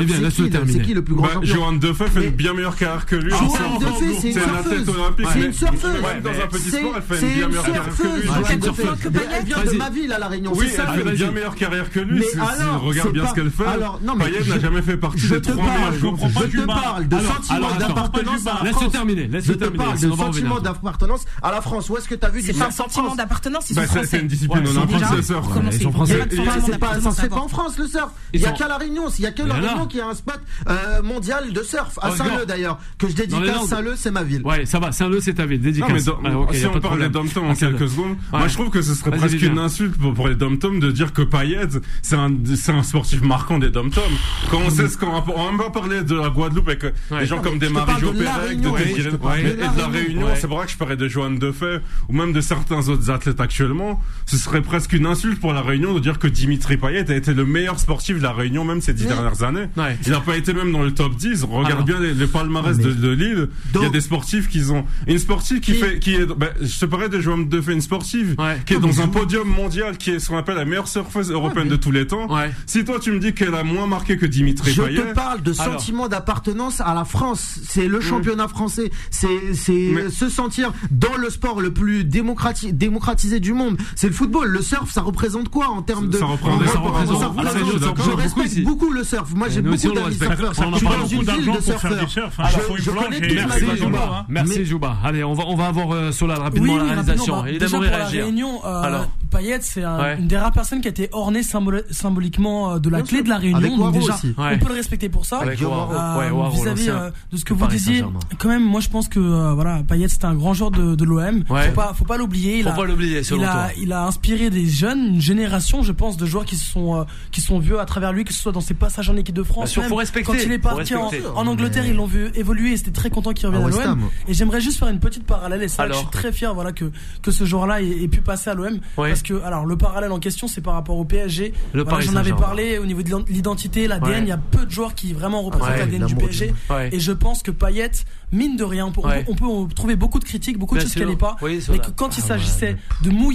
Speaker 4: C'est qui le plus grand champion?
Speaker 5: Johan Defeu fait une bien meilleure carrière que lui.
Speaker 4: Johan Defeu, c'est une surfeuse. C'est une surfeuse.
Speaker 5: Dans un petit sport, elle fait une bien meilleure carrière que lui.
Speaker 4: Elle vient de ma ville à la Réunion.
Speaker 5: Oui, elle fait une bien meilleure carrière que lui. Regarde bien ce qu'elle fait. Payet n'a jamais fait partie des trois meilleurs joueurs.
Speaker 4: Je te parle de sentiment d'appartenance à la France.
Speaker 2: Laisse terminer. Laisse terminer.
Speaker 4: Je te parle de sentiment d'appartenance à la France. Où est-ce que tu as vu du
Speaker 7: surf en France? C'est pas un sentiment d'appartenance, ils sont français.
Speaker 5: C'est une discipline olympique, le surf.
Speaker 2: Ils sont français.
Speaker 4: C'est pas en France le surf. Il y a qu'à la Réunion. Il y a que la Réunion qui a un spot mondial de surf à Saint-Leu d'ailleurs que je dédicace. Saint-Leu, c'est ma ville.
Speaker 2: Ouais, ça va. Saint-Leu, c'est ta ville. Dédicace.
Speaker 5: Si on parle des dom-toms en quelques secondes, moi je trouve que ce serait presque une insulte pour, pour les dom-toms de dire que Payet c'est un c'est un sportif marquant des dom-toms. Quand on sait ce qu'on on va même pas parler de la Guadeloupe avec ouais. des gens comme des Marie-Jo Pérec, de Désiré ouais. et de la Réunion. Ouais. C'est vrai que je parlais de Johan Defeu ou même de certains autres athlètes actuellement. Ce serait presque une insulte pour la Réunion de dire que Dimitri Payet a été le meilleur sportif de la Réunion même ces dix oui. dernières années. Ouais. Il n'a pas été même dans le top dix. Regarde Alors. bien les, les palmarès mais... de, de Lille. Donc... Il y a des sportifs qui ont une sportive qui et... fait qui est ben, je te parlais de Johan Defeu, une sportive ouais. qui est dans un podium mondial, qui est ce qu'on appelle la meilleure surfeuse européenne ouais, mais... de tous les temps. Ouais. Si toi tu me dis qu'elle a moins marqué que Dimitri
Speaker 4: je
Speaker 5: Payet,
Speaker 4: je te parle de Alors... sentiment d'appartenance à la France. C'est le championnat mmh. français. C'est c'est mais... se sentir dans le sport le plus démocrati... démocratisé du monde. C'est le football. Le surf, ça représente quoi en termes de
Speaker 5: ça représente, ça représente, ça représente,
Speaker 4: je respecte beaucoup le surf. Moi j'ai beaucoup d'amis surfeurs. Je suis dans une ville de surfeurs. Je connais toute ma
Speaker 2: vie. Merci Jouba. Allez, on va on va avoir Solal rapidement la réalisation.
Speaker 7: Évidemment réagir. Alors Payet, c'est un, ouais. une des rares personnes qui a été ornée symbol- symboliquement de la Bien clé sûr. de la Réunion. Donc déjà, ouais. on peut le respecter pour ça.
Speaker 2: Avec
Speaker 7: euh,
Speaker 2: ouais, Waro,
Speaker 7: vis-à-vis euh, de ce que vous disiez, quand même, moi je pense que euh, voilà, Payet c'était un grand joueur de, de l'O M. Ouais. Faut pas, faut pas l'oublier. Il
Speaker 2: faut
Speaker 7: a,
Speaker 2: pas l'oublier.
Speaker 7: Il a, il a inspiré des jeunes, une génération, je pense, de joueurs qui se sont, euh, qui sont vieux à travers lui, que ce soit dans ses passages en équipe de France.
Speaker 2: Bien sûr, faut respecter.
Speaker 7: Quand il est parti en, en Angleterre, ils l'ont vu évoluer. Et c'était très content qu'il revienne à l'O M. Et j'aimerais juste faire une petite parallèle. Et c'est là que je suis très fier, voilà, que que ce joueur-là ait pu passer à l'O M, parce que alors le parallèle en question, c'est par rapport au P S G. Voilà, j'en avais parlé au niveau de l'identité, l'A D N. Il ouais. y a peu de joueurs qui vraiment représentent ouais, l'A D N du P S G. Ouais. Et je pense que Payet, mine de rien, on peut, ouais. on peut, on peut trouver beaucoup de critiques, beaucoup Bien de choses qu'elle n'est pas. Oui, mais que quand ah, il s'agissait ouais. de mouiller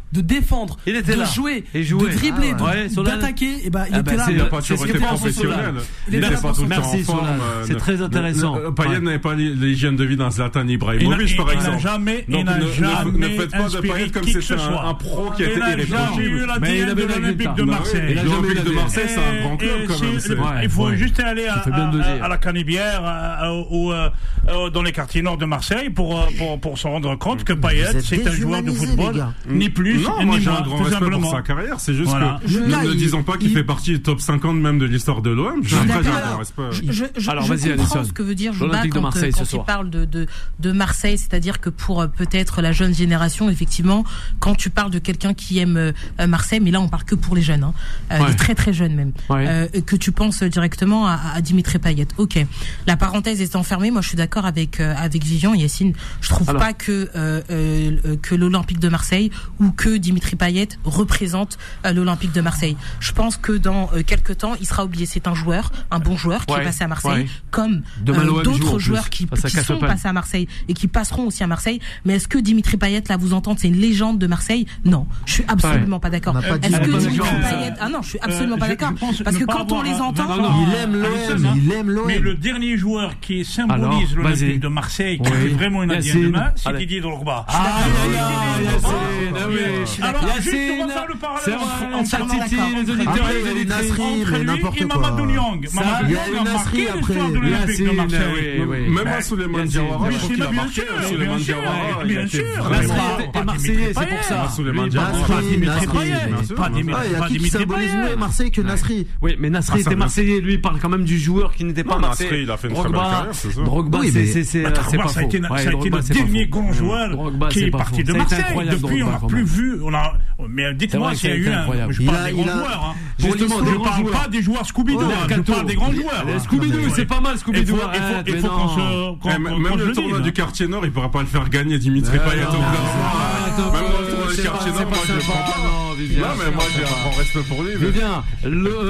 Speaker 7: de défendre,
Speaker 2: il était
Speaker 7: de
Speaker 2: là.
Speaker 7: jouer,
Speaker 2: de
Speaker 7: dribbler,
Speaker 2: ah ouais.
Speaker 7: de, ouais, d'attaquer, et bah, il
Speaker 5: ah
Speaker 7: était
Speaker 5: bah,
Speaker 7: là.
Speaker 5: Il n'a pas toujours été professionnel.
Speaker 7: Il
Speaker 5: n'était pas tout le temps
Speaker 2: Merci,
Speaker 5: en forme.
Speaker 2: C'est très intéressant.
Speaker 5: Payet n'avait pas l'hygiène de vie d'un Zlatan Ibrahimovic, par exemple.
Speaker 6: Jamais,
Speaker 5: Donc,
Speaker 6: il n'a jamais
Speaker 5: ne faites pas de Payet comme si c'était un pro qui était irréprochable.
Speaker 6: Mais il avait l'Olympique de Marseille.
Speaker 5: L'Olympique de Marseille, c'est un grand club quand même.
Speaker 6: Il faut juste aller à la Canebière ou dans les quartiers nord de Marseille pour pour se rendre compte que Payet, c'est un joueur de football, ni plus
Speaker 5: non,
Speaker 6: ni
Speaker 5: moi j'ai
Speaker 6: moins,
Speaker 5: un grand respect
Speaker 6: simplement.
Speaker 5: pour sa carrière. C'est juste
Speaker 6: voilà.
Speaker 5: que nous ne disons pas qu'il
Speaker 3: il...
Speaker 5: fait partie du top cinquante même de l'histoire de l'O M.
Speaker 3: Je,
Speaker 5: Après, j'ai
Speaker 3: un
Speaker 5: grand respect.
Speaker 3: je, je, je,
Speaker 2: Alors,
Speaker 3: je
Speaker 2: vas-y,
Speaker 3: comprends
Speaker 2: Alison.
Speaker 3: ce que veut dire Jouba quand,
Speaker 2: Marseille,
Speaker 3: quand il parle de, de, de Marseille, c'est-à-dire que pour euh, peut-être la jeune génération, effectivement, quand tu parles de quelqu'un qui aime euh, Marseille, mais là on parle que pour les jeunes, hein, euh, ouais. les très très jeunes même, ouais. euh, que tu penses directement à, à Dimitri Payet. Ok, la parenthèse étant fermée, moi je suis d'accord avec euh, avec Vivian et Yacine. Je trouve Alors. pas que euh, euh, que l'Olympique de Marseille ou que Dimitri Payet représente euh, l'Olympique de Marseille. Je pense que dans euh, quelques temps, il sera oublié. C'est un joueur, un bon joueur qui ouais. est passé à Marseille, ouais. comme euh, d'autres joueurs qui, qui sont passés à Marseille et qui passeront aussi à Marseille. Mais est-ce que Dimitri Payet, là, vous entendez, c'est une légende de Marseille? Non, je suis absolument ouais. pas d'accord. Est-ce que Dimitri Payet, ah non, je suis absolument euh, pas d'accord. Parce que quand on les entend,
Speaker 4: non, non, il aime l'O M, il aime l'O M.
Speaker 6: Mais le dernier joueur qui symbolise l'Olympique de Marseille, qui est vraiment une indienne de main, c'est Didier Drogba.
Speaker 2: Ah, Yacine,
Speaker 6: alors juste on va faire le parallèle
Speaker 2: entre les auditeurs et les
Speaker 6: auditrices. Entre lui et Mamadou Niang.
Speaker 4: Il y a une Nasri après.
Speaker 5: Même à Souleymane Diawara, je trouve qu'il a marqué. Souleymane Diawara,
Speaker 6: bien sûr.
Speaker 2: Nasri est Marseillais, c'est pour ça.
Speaker 5: Souleymane Diawara,
Speaker 6: pas Dimitri Payet.
Speaker 4: Pas Dimitri Payet. Marseille que Nasri.
Speaker 2: Oui, mais Nasri était Marseillais, lui, il parle quand même du joueur qui n'était pas Marseillais.
Speaker 5: Nasri, il a fait une très belle carrière, c'est ça.
Speaker 2: Drogba, c'est pas faux.
Speaker 6: Ça a été le dernier grand joueur qui est parti de Marseille. Depuis, on n'a plus vu. Mais dites-moi s'il y a eu un. Je parle des grands joueurs.
Speaker 2: Justement,
Speaker 6: je ne parle pas des joueurs Scooby-Doo, je parle des grands joueurs.
Speaker 2: Scooby-Doo, c'est pas mal Scooby-Doo.
Speaker 6: Il faut qu'on se.
Speaker 5: Même le tournoi du quartier nord, il pourra pas le faire gagner Dimitri Payet au bout d'un moment. Même le tournoi du quartier nord, moi je le prends pas. Non, mais moi j'ai un grand respect pour lui.
Speaker 2: Vivien, le.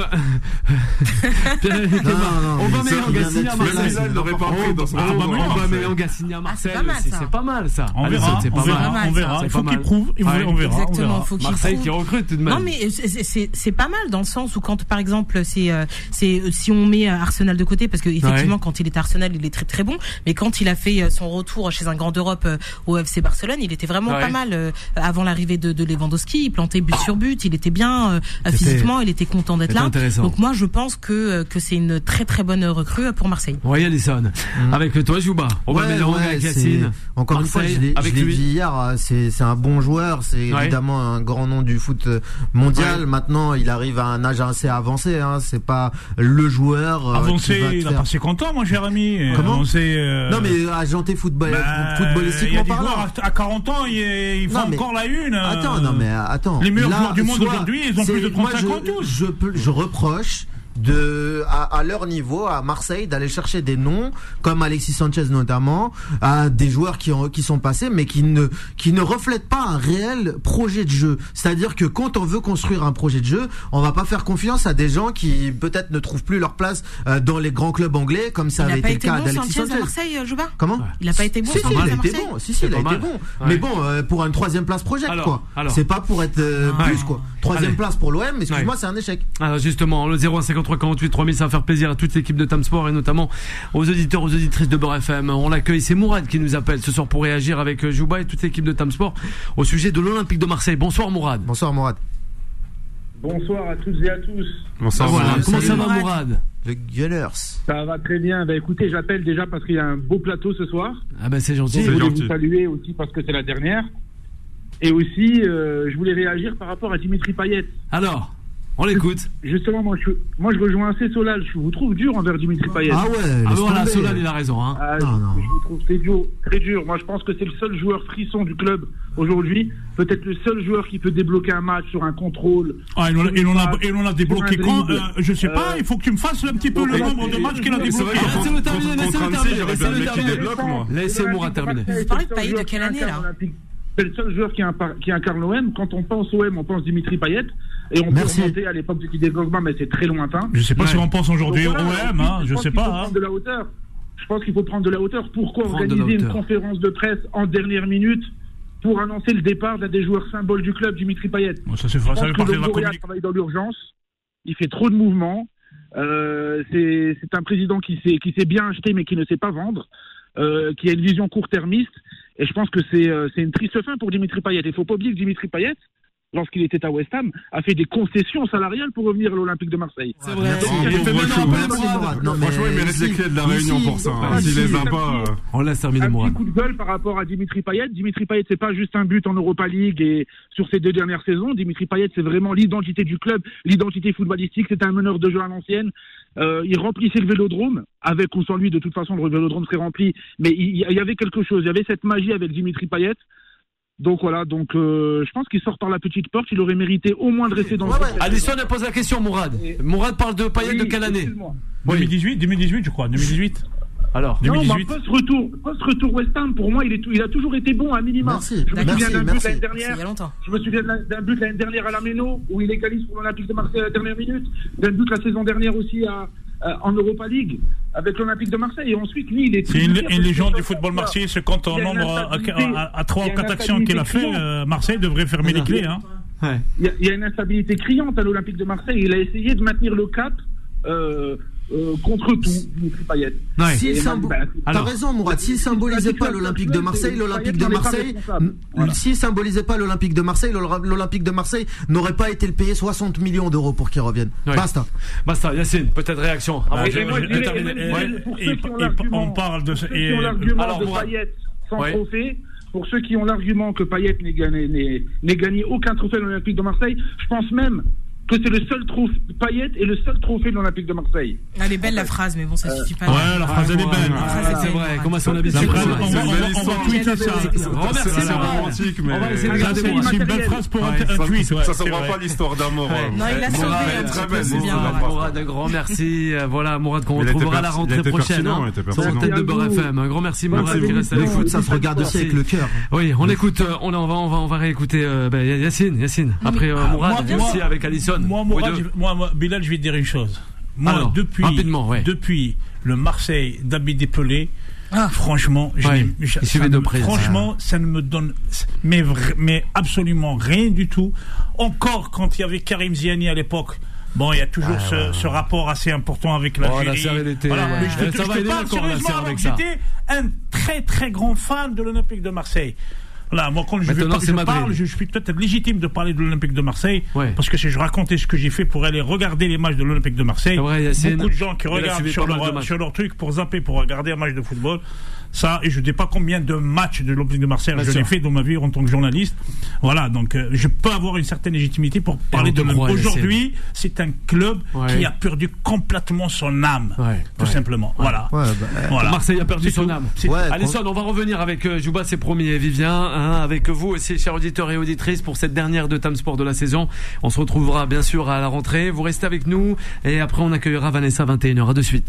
Speaker 2: On va mettre Gassini à Marseille.
Speaker 5: Il n'aurait pas pris dans son tournoi.
Speaker 2: On va mettre Gassini à Marseille. C'est pas mal ça.
Speaker 6: On verra.
Speaker 2: C'est pas mal.
Speaker 6: On verra. Il faut qu'il prouve. On verra.
Speaker 3: Exactement. Faut qu'il
Speaker 2: Marseille qui recrute tout de même.
Speaker 3: Non, mais c'est pas mal dans le sens où quand par exemple c'est c'est si on met Arsenal de côté, parce que effectivement quand il est à Arsenal il est très très bon, mais quand il a fait son retour chez un grand d'Europe au F C Barcelone, il était vraiment pas mal avant l'arrivée de, de Lewandowski. Il plantait but sur but, il était bien euh, physiquement, il était content d'être là. Donc moi je pense que que c'est une très très bonne recrue pour Marseille.
Speaker 2: Oui, Alison. Mmh. Avec toi Jouba, on va mettre avec Yacine.
Speaker 4: Encore une fois, je l'ai dit hier, c'est c'est un bon joueur, c'est ouais. évidemment un grand nom du foot mondial. Ouais. Maintenant, il arrive à un âge assez avancé. Hein. C'est pas le joueur euh,
Speaker 6: avancé.
Speaker 4: Qui
Speaker 6: il a passé cinquante ans, mon cher ami.
Speaker 4: Comment
Speaker 6: avancé, euh...
Speaker 4: Non, mais agenté football,
Speaker 6: bah,
Speaker 4: footballistiquement parlant.
Speaker 6: À quarante ans, ils font encore la une.
Speaker 4: Attends, non mais attends.
Speaker 6: Les meilleurs joueurs du monde aujourd'hui, ils ont plus de trente-cinq ans tous.
Speaker 4: Je peux, je reproche. De à, à leur niveau à Marseille d'aller chercher des noms comme Alexis Sanchez notamment, à des joueurs qui ont qui sont passés mais qui ne qui ne reflètent pas un réel projet de jeu. C'est-à-dire que quand on veut construire un projet de jeu, on va pas faire confiance à des gens qui peut-être ne trouvent plus leur place euh, dans les grands clubs anglais comme ça
Speaker 3: il
Speaker 4: avait été le cas
Speaker 3: bon,
Speaker 4: d'Alexis Sanchez.
Speaker 3: À Marseille, Jouba
Speaker 4: Comment?
Speaker 3: Il a pas été bon.
Speaker 4: Si, si, il a été
Speaker 3: bon.
Speaker 4: Si si, il a été bon. Ouais. Mais bon, euh, pour une troisième place projet quoi. Alors. C'est pas pour être euh, ah, plus quoi. Troisième Allez. place pour l'O M. Excuse-moi, ouais. c'est un échec.
Speaker 2: Alors justement, le zéro un cinquante-trois quarante-huit trois mille, ça va faire plaisir à toute l'équipe de Tam Sport et notamment aux auditeurs, aux auditrices de Beurre F M. On l'accueille, c'est Mourad qui nous appelle ce soir pour réagir avec Jouba et toute l'équipe de Tam Sport au sujet de l'Olympique de Marseille. Bonsoir Mourad.
Speaker 4: Bonsoir Mourad.
Speaker 8: Bonsoir à toutes et à tous.
Speaker 2: Bonsoir. Voilà. Mourad. Comment ça va Mourad?
Speaker 4: Le Gunners.
Speaker 8: Ça va très bien. Bah écoutez, j'appelle déjà parce qu'il y a un beau plateau ce soir.
Speaker 2: Ah ben c'est gentil.
Speaker 8: Je voulais vous saluer aussi parce que c'est la dernière. Et aussi, euh, je voulais réagir par rapport à Dimitri Payet.
Speaker 2: Alors, on l'écoute.
Speaker 8: Justement, moi je, moi, je rejoins assez Solal. Je vous trouve dur envers Dimitri Payet.
Speaker 4: Ah ouais.
Speaker 2: Ah bon, là, Solal, il a raison. Hein.
Speaker 8: Ah, non, je, non. je vous trouve très dur, très dur. Moi, je pense que c'est le seul joueur frisson du club aujourd'hui. Peut-être le seul joueur qui peut débloquer un match sur un contrôle.
Speaker 6: Ah, et l'on a, et l'on a, et l'on a débloqué quand euh, je sais pas, euh, il faut que tu me fasses un petit peu le nombre de matchs qu'il a débloqué.
Speaker 2: Laissez-le terminer, laissez-le terminer. Laissez Mourad terminer.
Speaker 3: Vous parlez de Payet de quelle année, là?
Speaker 8: C'est le seul joueur qui, qui incarne l'O M. Quand on pense O M, on pense Dimitri Payet. Et on
Speaker 4: Merci.
Speaker 8: peut remonter à l'époque de Didier Drogba, mais c'est très lointain.
Speaker 6: Je sais pas ouais. si on pense aujourd'hui voilà, O M, hein, je sais pas.
Speaker 8: Faut prendre de la hauteur. Je pense qu'il faut prendre de la hauteur. Pourquoi prendre organiser une conférence de presse en dernière minute pour annoncer le départ d'un des joueurs symboles du club, Dimitri Payet.
Speaker 6: Bon, ça, c'est vrai, ça fait partie de la communication.
Speaker 8: Travaille dans l'urgence, il fait trop de mouvements. Euh, c'est, c'est un président qui sait, qui sait bien acheter mais qui ne sait pas vendre, euh, qui a une vision court-termiste. Et je pense que c'est, euh, c'est une triste fin pour Dimitri Payet. Il ne faut pas oublier que Dimitri Payet, lorsqu'il était à West Ham, a fait des concessions salariales pour revenir à l'Olympique de Marseille.
Speaker 2: C'est vrai.
Speaker 5: Il fait maintenant Mourad. Franchement, il mérite les clés de la Réunion pour ça. S'il les a pas,
Speaker 2: on laisse terminer Mourad.
Speaker 8: Un petit coup de gueule par rapport à Dimitri Payet. Dimitri Payet, c'est pas juste un but en Europa League et sur ces deux dernières saisons. Dimitri Payet, c'est vraiment l'identité du club, l'identité footballistique. C'est un meneur de jeu à l'ancienne. Euh, il remplissait le Vélodrome. Avec ou sans lui, de toute façon, le Vélodrome serait rempli. Mais il y avait quelque chose. Il y avait cette magie avec Dimitri Payet. Donc voilà, donc euh, je pense qu'il sort par la petite porte, il aurait mérité au moins de rester dans
Speaker 2: ouais, le ouais. Alisson a posé la question, Mourad. Et... Mourad parle de Payet oui, de quelle année
Speaker 6: deux mille dix-huit, deux mille dix-huit je crois, deux mille dix-huit.
Speaker 2: Alors,
Speaker 8: non, bah, post-retour, post-retour West Ham, pour moi, il, est, il a toujours été bon à minima.
Speaker 3: Merci.
Speaker 8: Je me
Speaker 3: merci,
Speaker 8: souviens d'un
Speaker 3: merci.
Speaker 8: but l'année dernière. Je me souviens d'un but l'année dernière à la Méno, où il égalise pour l'Olympique de Marseille à la dernière minute. D'un but la saison dernière aussi à, à, en Europa League, avec l'Olympique de Marseille. Et ensuite, lui, il est...
Speaker 6: C'est une, une légende du football marseillais, se compte en nombre à trois ou quatre actions qu'il a fait. Euh, Marseille devrait fermer les clés. Hein.
Speaker 8: Ouais. Il, y a, il y a une instabilité criante à l'Olympique de Marseille. Il a essayé de maintenir le cap... Euh, Euh, contre tout, Dimitri Payet.
Speaker 4: Ouais. S'il symbo- bah, T'as raison, Mourad. S'il symbolisait pas l'Olympique de Marseille, l'Olympique de Marseille, voilà. S'il symbolisait pas l'Olympique de Marseille, l'Olympique de Marseille n'aurait pas été le payer soixante millions d'euros pour qu'il revienne.
Speaker 2: Ouais.
Speaker 4: Basta.
Speaker 2: Basta, Yacine, peut-être réaction.
Speaker 6: Ah, je, je, je, je, et, on parle de
Speaker 8: ceux qui ont l'argument de Payet sans ouais. trophée. Pour ceux qui ont l'argument que Payet n'ait gagné, n'ait, n'ait gagné aucun trophée à l'Olympique de Marseille, je pense même que c'est le seul trophée, Payet est le seul trophée de l'Olympique de Marseille.
Speaker 3: Elle est belle la phrase, mais bon, ça suffit pas.
Speaker 6: Ouais, la phrase elle est belle.
Speaker 2: C'est vrai, comment est-ce qu'on a habitué
Speaker 6: on va tweeter ça.
Speaker 2: C'est
Speaker 5: romantique, mais
Speaker 6: c'est une belle phrase pour un tweet.
Speaker 5: Ça ne saura pas l'histoire d'amour.
Speaker 3: Non, il a sauvé.
Speaker 2: C'est bien, Mourad, un grand merci. Voilà, Mourad, qu'on retrouvera à la rentrée prochaine. Sur l'antenne de Beurre F M. Un grand merci, Mourad, qui reste avec nous.
Speaker 4: Ça se regarde aussi avec le cœur.
Speaker 2: Oui, on écoute, on va, on va réécouter Yacine, Yacine. Après Mourad, merci avec Alisson.
Speaker 6: Moi, moi, moi, moi, Bilal, je vais te dire une chose. Moi, Alors, depuis,
Speaker 2: ouais.
Speaker 6: depuis le Marseille d'Abidi Pelé, ah. franchement, je
Speaker 2: ouais.
Speaker 6: ça
Speaker 2: de
Speaker 6: me, franchement, ça ne me donne, mais, mais absolument rien du tout. Encore quand il y avait Karim Ziani à l'époque. Bon, il y a toujours ah, ce, ouais. ce rapport assez important avec l'Algérie.
Speaker 2: Oh, la
Speaker 6: voilà,
Speaker 2: ouais.
Speaker 6: mais je te, je te parle sérieusement, alors j'étais un très très grand fan de l'Olympique de Marseille. Voilà, moi quand je, vais pas, je parle, je, je suis peut-être légitime de parler de l'Olympique de Marseille, ouais. parce que si je racontais ce que j'ai fait pour aller regarder les matchs de l'Olympique de Marseille,
Speaker 2: ouais,
Speaker 6: beaucoup de gens qui regardent sur leur, sur leur truc pour zapper, pour regarder un match de football. Ça, et je ne sais pas combien de matchs de l'Olympique de Marseille je l'ai fait dans ma vie en tant que journaliste. Voilà, donc euh, je peux avoir une certaine légitimité pour parler de l'Olympique. Aujourd'hui, c'est un club ouais. qui a perdu complètement son âme,
Speaker 2: ouais.
Speaker 6: tout
Speaker 2: ouais.
Speaker 6: simplement. Ouais. Voilà.
Speaker 2: Ouais, bah, voilà. Marseille a perdu
Speaker 6: c'est
Speaker 2: son
Speaker 6: tout.
Speaker 2: âme. Ouais, Alisson, on va revenir avec euh, Jouba, c'est promis, et Vivien, hein, avec vous aussi, chers auditeurs et auditrices, pour cette dernière de Time Sport de la saison. On se retrouvera bien sûr à la rentrée. Vous restez avec nous et après on accueillera Vanessa à vingt et une heures. À de suite.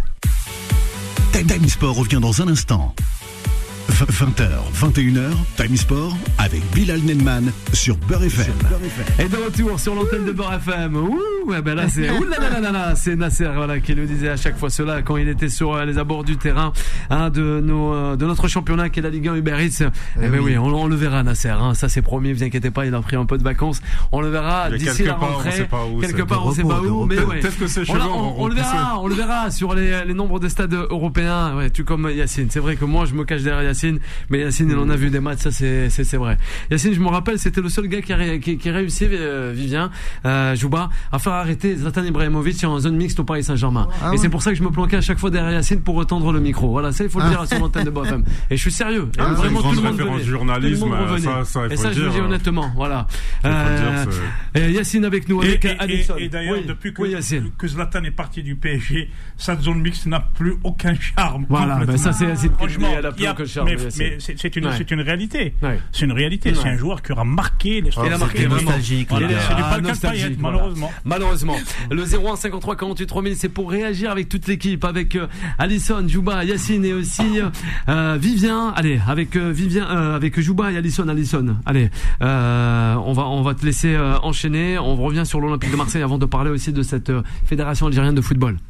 Speaker 1: Time Sport revient dans un instant. vingt heures, vingt et une heures, Time Sport avec Bilal Nenman sur Beurre F M.
Speaker 2: Et de retour sur l'antenne de Beurre F M. Ouh, ouais, ben là c'est ouh là là là là, c'est Nasser voilà qui nous disait à chaque fois cela quand il était sur les abords du terrain hein, de nos de notre championnat qui est la Ligue un Uber Eats. Eh, eh ben oui, oui on, on le verra Nasser. Hein, ça c'est promis. Vous inquiétez pas, il a pris un peu de vacances. On le verra d'ici la rentrée.
Speaker 5: Où,
Speaker 2: quelque part on sait pas où, mais ouais.
Speaker 5: Peut-être que c'est
Speaker 2: on, on, on le verra, on le verra sur les les nombres de stades européens. Ouais, tu comme Yacine. C'est vrai que moi je me cache derrière Yacine. Mais Yacine, il en a vu des matchs, ça c'est c'est, c'est vrai. Yacine, je me rappelle, c'était le seul gars qui a, ré, qui, qui a réussi, euh, Vivien, euh, Jouba, à faire arrêter Zlatan Ibrahimovic en zone mixte au Paris Saint-Germain. Ah, et ouais. c'est pour ça que je me planquais à chaque fois derrière Yacine pour retendre le micro. Voilà, ça il faut le dire sur l'antenne de Beurre F M. Et je suis sérieux.
Speaker 5: Ah,
Speaker 2: et vraiment tout le monde
Speaker 5: venait. Journalisme, tout le monde
Speaker 2: revenait.
Speaker 5: Ça, ça, il faut
Speaker 2: et ça,
Speaker 5: le
Speaker 2: je
Speaker 5: dire,
Speaker 2: le dis honnêtement. Voilà.
Speaker 5: Euh,
Speaker 2: dire, Yacine avec nous, avec
Speaker 6: et,
Speaker 2: Alisson.
Speaker 6: Et, et d'ailleurs, oui, depuis que,
Speaker 2: oui,
Speaker 6: que Zlatan est parti du P S G, cette zone mixte n'a plus aucun charme.
Speaker 2: Voilà, ben ça c'est Yacine.
Speaker 6: Franchement,
Speaker 2: elle a plus aucun charme.
Speaker 6: Mais c'est une c'est une réalité.
Speaker 2: Ouais.
Speaker 6: C'est une réalité. Ouais. C'est un joueur qui aura marqué les.
Speaker 2: Oh, il a marqué vraiment.
Speaker 6: Voilà. C'est ah, pas le cas de Payet, malheureusement.
Speaker 2: Malheureusement. Le zéro un cinquante-trois quarante-huit trois mille, c'est pour réagir avec toute l'équipe, avec euh, Alisson, Jouba, Yacine et aussi euh, Vivien. Allez, avec euh, Vivien, euh, avec Jouba et Alisson, Alisson. Allez, euh, on va on va te laisser euh, enchaîner. On revient sur l'Olympique de Marseille avant de parler aussi de cette euh, fédération algérienne de football.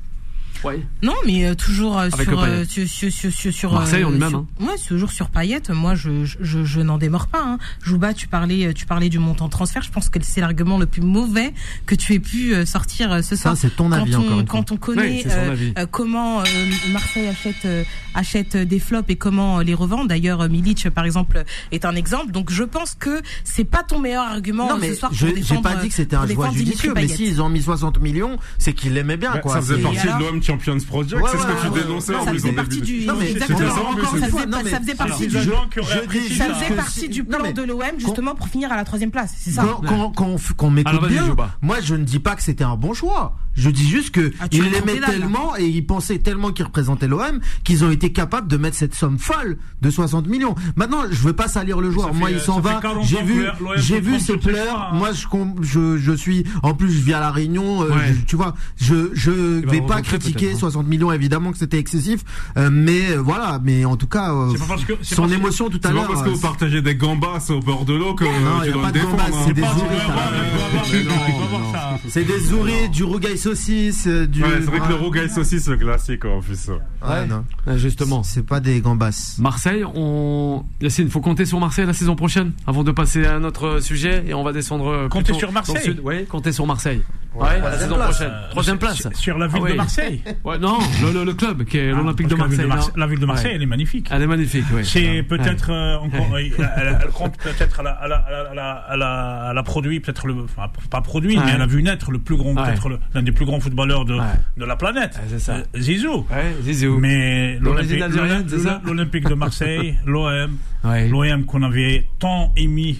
Speaker 2: Ouais.
Speaker 3: Non, mais euh, toujours euh, sur, euh, sur, sur, sur, sur, sur
Speaker 2: Marseille,
Speaker 3: euh,
Speaker 2: on est même.
Speaker 3: Sur,
Speaker 2: hein.
Speaker 3: Ouais, toujours sur Payet. Moi, je, je, je, je n'en démords pas. Hein. Jouba, tu parlais, tu parlais du montant de transfert. Je pense que c'est l'argument le plus mauvais que tu aies pu sortir ce soir.
Speaker 4: Ça, c'est ton avis
Speaker 3: quand on,
Speaker 4: encore une
Speaker 3: Quand
Speaker 4: fois.
Speaker 3: on connaît
Speaker 2: oui,
Speaker 3: euh, euh, comment euh, Marseille achète euh, achète des flops et comment euh, les revend. D'ailleurs, Milic, par exemple, est un exemple. Donc, je pense que c'est pas ton meilleur argument
Speaker 4: non, mais
Speaker 3: ce soir
Speaker 4: je,
Speaker 3: pour défendre.
Speaker 4: J'ai pas dit que c'était un joueur judicieux, mais s'ils ont mis soixante millions, c'est qu'ils l'aimaient bien,
Speaker 5: bah,
Speaker 4: quoi.
Speaker 5: Ça faisait
Speaker 4: c'est...
Speaker 5: partie de l'O M Champions Project,
Speaker 4: ouais,
Speaker 5: c'est
Speaker 4: ouais,
Speaker 5: ce que tu
Speaker 4: ouais,
Speaker 5: dénonçais
Speaker 3: non,
Speaker 5: en
Speaker 3: ça
Speaker 5: plus
Speaker 3: faisait
Speaker 5: au
Speaker 3: partie
Speaker 5: début.
Speaker 3: du,
Speaker 4: non, mais
Speaker 3: exactement.
Speaker 4: ça,
Speaker 3: Encore, ça faisait,
Speaker 4: non, mais,
Speaker 3: ça faisait partie du,
Speaker 4: alors, je,
Speaker 3: ça
Speaker 4: dis
Speaker 3: faisait partie du plan de l'O M justement pour finir à la troisième place. C'est ça.
Speaker 4: Quand, quand, quand, qu'on m'écoute alors, bien, moi je ne dis pas que c'était un bon choix. Je dis juste que ah, ils l'aimaient tellement et ils pensaient tellement qu'ils représentaient l'O M qu'ils ont été capables de mettre cette somme folle de soixante millions. Maintenant, je veux pas salir le joueur. Moi, il s'en va. J'ai vu, j'ai vu ses pleurs. Moi, je, je, je suis, en plus, je vis à la Réunion. Ouais. Je, tu vois, je, je vais pas critiquer soixante millions. Évidemment que c'était excessif, euh, mais euh, voilà. Mais en tout cas, euh, que, son émotion tout à l'heure.
Speaker 5: C'est pas parce que vous partagez des gambas au bord de l'eau que
Speaker 4: non,
Speaker 5: tu
Speaker 4: y a
Speaker 5: dois
Speaker 4: pas
Speaker 5: le
Speaker 4: de
Speaker 5: défendre.
Speaker 4: gambas, c'est des zouris. C'est des zouris, du rougail saucisse, du.
Speaker 5: Ouais, c'est vrai que le rougail saucisse, le classique en plus.
Speaker 4: Ouais, non.
Speaker 2: Justement.
Speaker 4: C'est pas des gambas.
Speaker 2: Marseille, on. Yacine, faut compter sur Marseille la saison prochaine avant de passer à un autre sujet et on va descendre.
Speaker 6: Compter sur Marseille.
Speaker 2: Oui, compter sur Marseille. Ouais, la saison place. prochaine. Euh, Troisième place.
Speaker 6: Sur, sur la ville ah, oui. de Marseille.
Speaker 2: Ouais, non, le, le, le club qui est ah, l'Olympique de Marseille. La ville de Marseille,
Speaker 6: la ville de Marseille ouais. elle est magnifique.
Speaker 2: Elle est magnifique, oui.
Speaker 6: C'est peut-être, ouais. euh, encore, ouais. elle, elle compte peut-être à la, à la, à la, à la, à la produit, peut-être le, enfin, pas produit, ouais. mais elle a vu naître le plus grand, ouais. peut-être le, l'un des plus grands footballeurs de, ouais. de la planète.
Speaker 2: Ouais, c'est ça.
Speaker 6: Euh, Zizou.
Speaker 2: Ouais, Zizou.
Speaker 6: Mais l'Olympique, l'Olympique, l'Olympique de Marseille, l'O M, ouais. l'O M qu'on avait tant émis,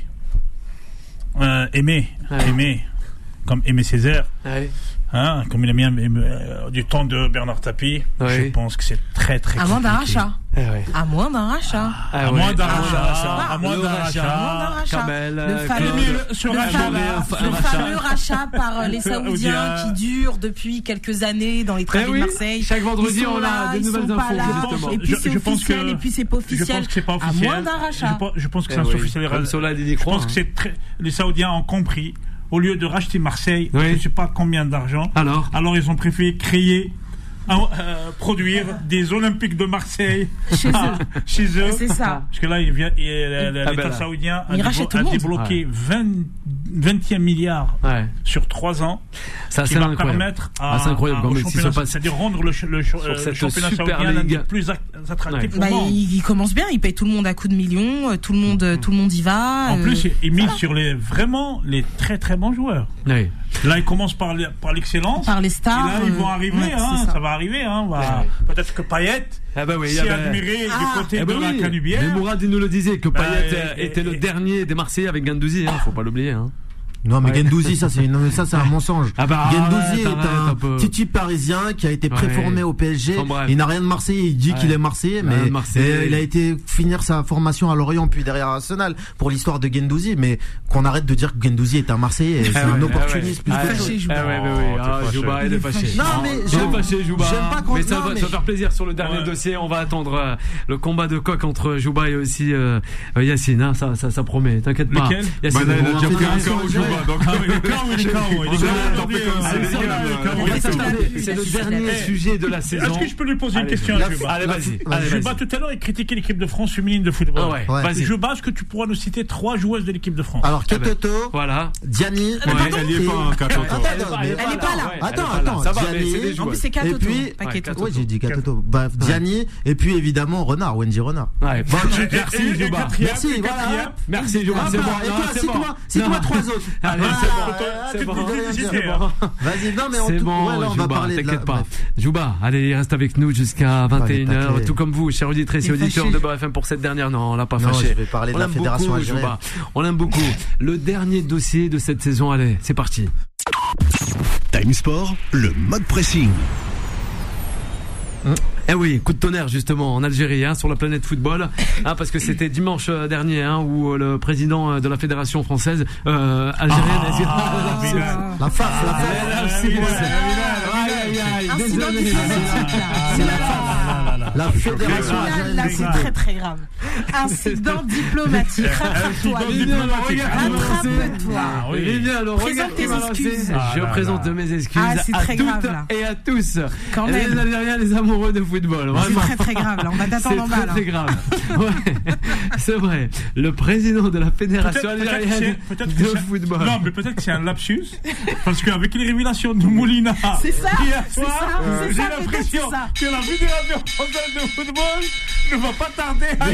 Speaker 6: euh, aimé, ouais. aimé, comme Aimé Césaire. Ouais. Hein, comme il a mis euh, du temps de Bernard Tapie, oui. je pense que c'est très très
Speaker 3: à moins d'un rachat.
Speaker 2: Eh oui.
Speaker 3: À moins d'un rachat.
Speaker 6: Ah, à, ouais. moins d'un rachat. À moins d'un rachat.
Speaker 2: Kamel,
Speaker 3: le fameux, le, sur le fameux, le fameux rachat par les Saoudiens qui dure depuis quelques années dans les trajets eh oui. de Marseille.
Speaker 2: Chaque vendredi, on
Speaker 3: là,
Speaker 2: a des nouvelles infos.
Speaker 3: Là, et puis c'est je, officiel, que, et puis c'est pas officiel.
Speaker 6: Je pense que c'est pas officiel.
Speaker 3: À moins d'un rachat.
Speaker 6: Je, je pense que c'est eh oui. officiel. Je pense que c'est très, les Saoudiens ont compris. Au lieu de racheter Marseille, oui. je ne sais pas combien d'argent.
Speaker 2: Alors,
Speaker 6: alors ils ont préféré créer, euh, produire des Olympiques de Marseille
Speaker 3: chez
Speaker 6: ah,
Speaker 3: eux.
Speaker 6: Chez eux.
Speaker 3: C'est ça.
Speaker 6: Parce que là, il vient, il, ah l'État ben saoudien a, déblo- a débloqué ouais. vingt, vingt milliards ouais. sur trois ans.
Speaker 2: Ça,
Speaker 6: qui
Speaker 2: c'est
Speaker 6: va
Speaker 2: incroyable.
Speaker 6: permettre à,
Speaker 2: ah, c'est incroyable.
Speaker 6: à, au championnat, passe... c'est-à-dire rendre le, le, le, le championnat saoudien l'un des plus attractifs
Speaker 3: ouais. bah, au monde. Il, il commence bien, il paye tout le monde à coups de millions, tout le monde, mmh. tout le monde y va.
Speaker 6: En
Speaker 3: euh,
Speaker 6: plus, il mise sur les vraiment les très très bons joueurs.
Speaker 2: Oui.
Speaker 6: Là, il commence par, les, par l'excellence.
Speaker 3: Par les stars.
Speaker 6: Et là, ils vont arriver, ouais, hein, ça. ça va arriver. Hein, va... ouais. Peut-être que Payet
Speaker 2: ah bah oui,
Speaker 6: s'est
Speaker 2: ah bah...
Speaker 6: admiré ah, du côté
Speaker 2: ah bah
Speaker 6: de
Speaker 2: oui.
Speaker 6: la Canubière.
Speaker 2: Mais Mourad, il nous le disait, que Payet
Speaker 6: bah,
Speaker 2: et, était et, le et, dernier des Marseillais avec Guendouzi, hein, faut pas l'oublier. Hein.
Speaker 4: Non mais ouais. Gendouzi ça c'est une, ça c'est un mensonge.
Speaker 2: Ah bah,
Speaker 4: Gendouzi
Speaker 2: arrête,
Speaker 4: est un,
Speaker 2: un peu.
Speaker 4: petit type parisien qui a été préformé ouais. au P S G. Enfin, il n'a rien de Marseillais, il dit ouais. qu'il est Marseillais, mais euh, il a été finir sa formation à Lorient puis derrière Arsenal pour l'histoire de Gendouzi, mais qu'on arrête de dire que Gendouzi est un Marseillais, c'est ah un ouais, opportuniste
Speaker 2: ah
Speaker 4: plus
Speaker 2: que
Speaker 4: fâché.
Speaker 2: Ah ouais ouais ouais, ah, Jouba il est fâché.
Speaker 4: Non mais j'aime
Speaker 2: fâché Jouba.
Speaker 4: J'aime pas quand
Speaker 2: mais ça va faire plaisir sur le dernier dossier, on va attendre le combat de coq entre Jouba et aussi Yacine, ça ça promet, t'inquiète pas.
Speaker 5: Yacine il a déjà pris un corps au Jouba donc
Speaker 2: c'est le dernier sujet de la saison.
Speaker 6: Est-ce que je peux lui poser une question à Juba?
Speaker 2: Allez, vas-y.
Speaker 6: Juba, tout à l'heure, il critiquait l'équipe de France féminine de football.
Speaker 2: Ah ouais.
Speaker 6: Vas-y. Juba, est-ce que tu pourras nous citer trois joueuses de l'équipe de France?
Speaker 4: Alors, Katoto,
Speaker 2: voilà.
Speaker 4: Diani.
Speaker 5: Elle est pas, Katoto.
Speaker 3: Elle est pas là.
Speaker 4: Attends, attends.
Speaker 2: Ça va, mais c'est des
Speaker 3: joueuses. En plus, c'est Katoto.
Speaker 4: Pas Katoto. Oui, j'ai dit Katoto. Diani, et puis évidemment, Renard, Wendy Renard.
Speaker 2: Merci, Juba.
Speaker 4: Merci, voilà.
Speaker 2: Merci, Juba. C'est bon.
Speaker 4: Et toi, cite-moi trois autres.
Speaker 2: Allez, c'est bon. C'est bon.
Speaker 4: Vas-y, non mais on,
Speaker 2: c'est bon,
Speaker 4: ouais, là, on
Speaker 2: Jouba,
Speaker 4: va parler
Speaker 2: t'inquiète
Speaker 4: de
Speaker 2: pas. Jouba, allez, reste avec nous jusqu'à vingt et une heures, tout comme vous, chers auditrices et auditeurs de Beurre F M pour cette dernière. Non, on l'a pas
Speaker 4: non,
Speaker 2: fâché.
Speaker 4: Je vais parler de on la fédération
Speaker 2: beaucoup, Jouba. On l'aime beaucoup. Le dernier dossier de cette saison, allez, c'est parti.
Speaker 1: Time Sport, le mode pressing.
Speaker 2: Hum. Eh oui, coup de tonnerre justement en Algérie, hein, sur la planète football, hein, parce que c'était dimanche dernier, hein, où le président de la fédération française euh, algérienne,
Speaker 4: ah, ah, la F A F, la F A F,
Speaker 3: incident diplomatique. C'est la F A F.
Speaker 4: La fédération
Speaker 3: algérienne. Là, c'est très très grave. Incident diplomatique. Rattrape-toi. Rattrape-toi.
Speaker 2: Viens, alors regarde qui m'a lancé. Je présente mes excuses à toutes et à tous. Les Algériens, les amoureux de football.
Speaker 3: C'est très très grave. Là, on va t'attendre en bas.
Speaker 2: C'est très grave. C'est vrai. Le président de la fédération algérienne de football.
Speaker 6: Non, mais peut-être que c'est un lapsus. Parce qu'avec les révélations de Molina,
Speaker 3: c'est ça, c'est ça,
Speaker 6: euh, j'ai l'impression que la fédération française de football ne va pas tarder à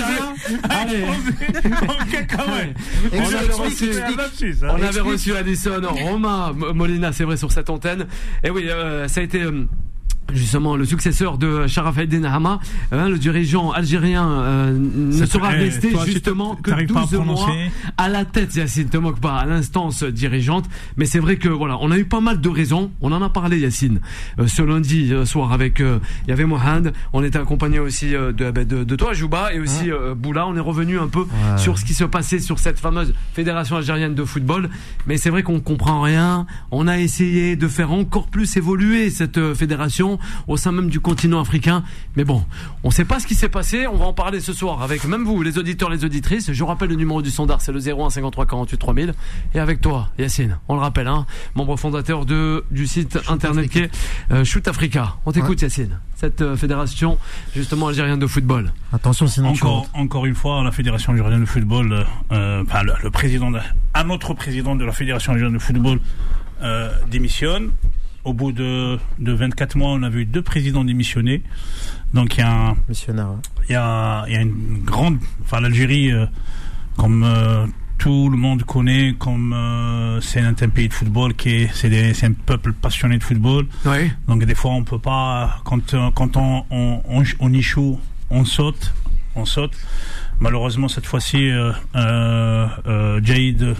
Speaker 2: exploser. On avait reçu Addison, Romain Molina, c'est vrai, sur cette antenne. Et oui, euh, ça a été. Euh, Justement, le successeur de Sharaf El Hama, hein, le dirigeant algérien, euh, ne sera très, resté toi, justement que douze mois à la tête, Yacine, te moque pas, à l'instance dirigeante. Mais c'est vrai que voilà, on a eu pas mal de raisons. On en a parlé, Yacine, euh, ce lundi euh, soir avec, il euh, y avait Mohand, on était accompagné aussi euh, de, de, de toi, Jouba, et aussi euh, Boula. On est revenu un peu ouais. sur ce qui se passait sur cette fameuse fédération algérienne de football. Mais c'est vrai qu'on comprend rien. On a essayé de faire encore plus évoluer cette euh, fédération au sein même du continent africain, mais bon, on ne sait pas ce qui s'est passé. On va en parler ce soir avec même vous, les auditeurs, les auditrices. Je rappelle le numéro du standard, c'est le zéro un cinquante-trois quarante-huit trois mille, et avec toi, Yacine, on le rappelle, hein, membre fondateur de du site Shoot internet qui est euh, Shoot Africa. On t'écoute, ouais. Yacine, cette euh, fédération justement algérienne de football.
Speaker 4: Attention, sinon
Speaker 6: encore encore une fois, la fédération algérienne de football, euh, enfin le, le président, de, un autre président de la fédération algérienne de football euh, démissionne. Au bout de, de vingt-quatre mois, on a vu deux présidents démissionner. Donc il y a un,
Speaker 4: missionnaire. Ouais.
Speaker 6: Il y a, il y a une grande, enfin l'Algérie, euh, comme euh, tout le monde connaît, comme euh, c'est un, un pays de football qui est, c'est, des, c'est un peuple passionné de football.
Speaker 2: Oui.
Speaker 6: Donc des fois on peut pas, quand quand on on, on, on échoue, on saute, on saute. Malheureusement cette fois-ci, euh, euh, euh, Jaïd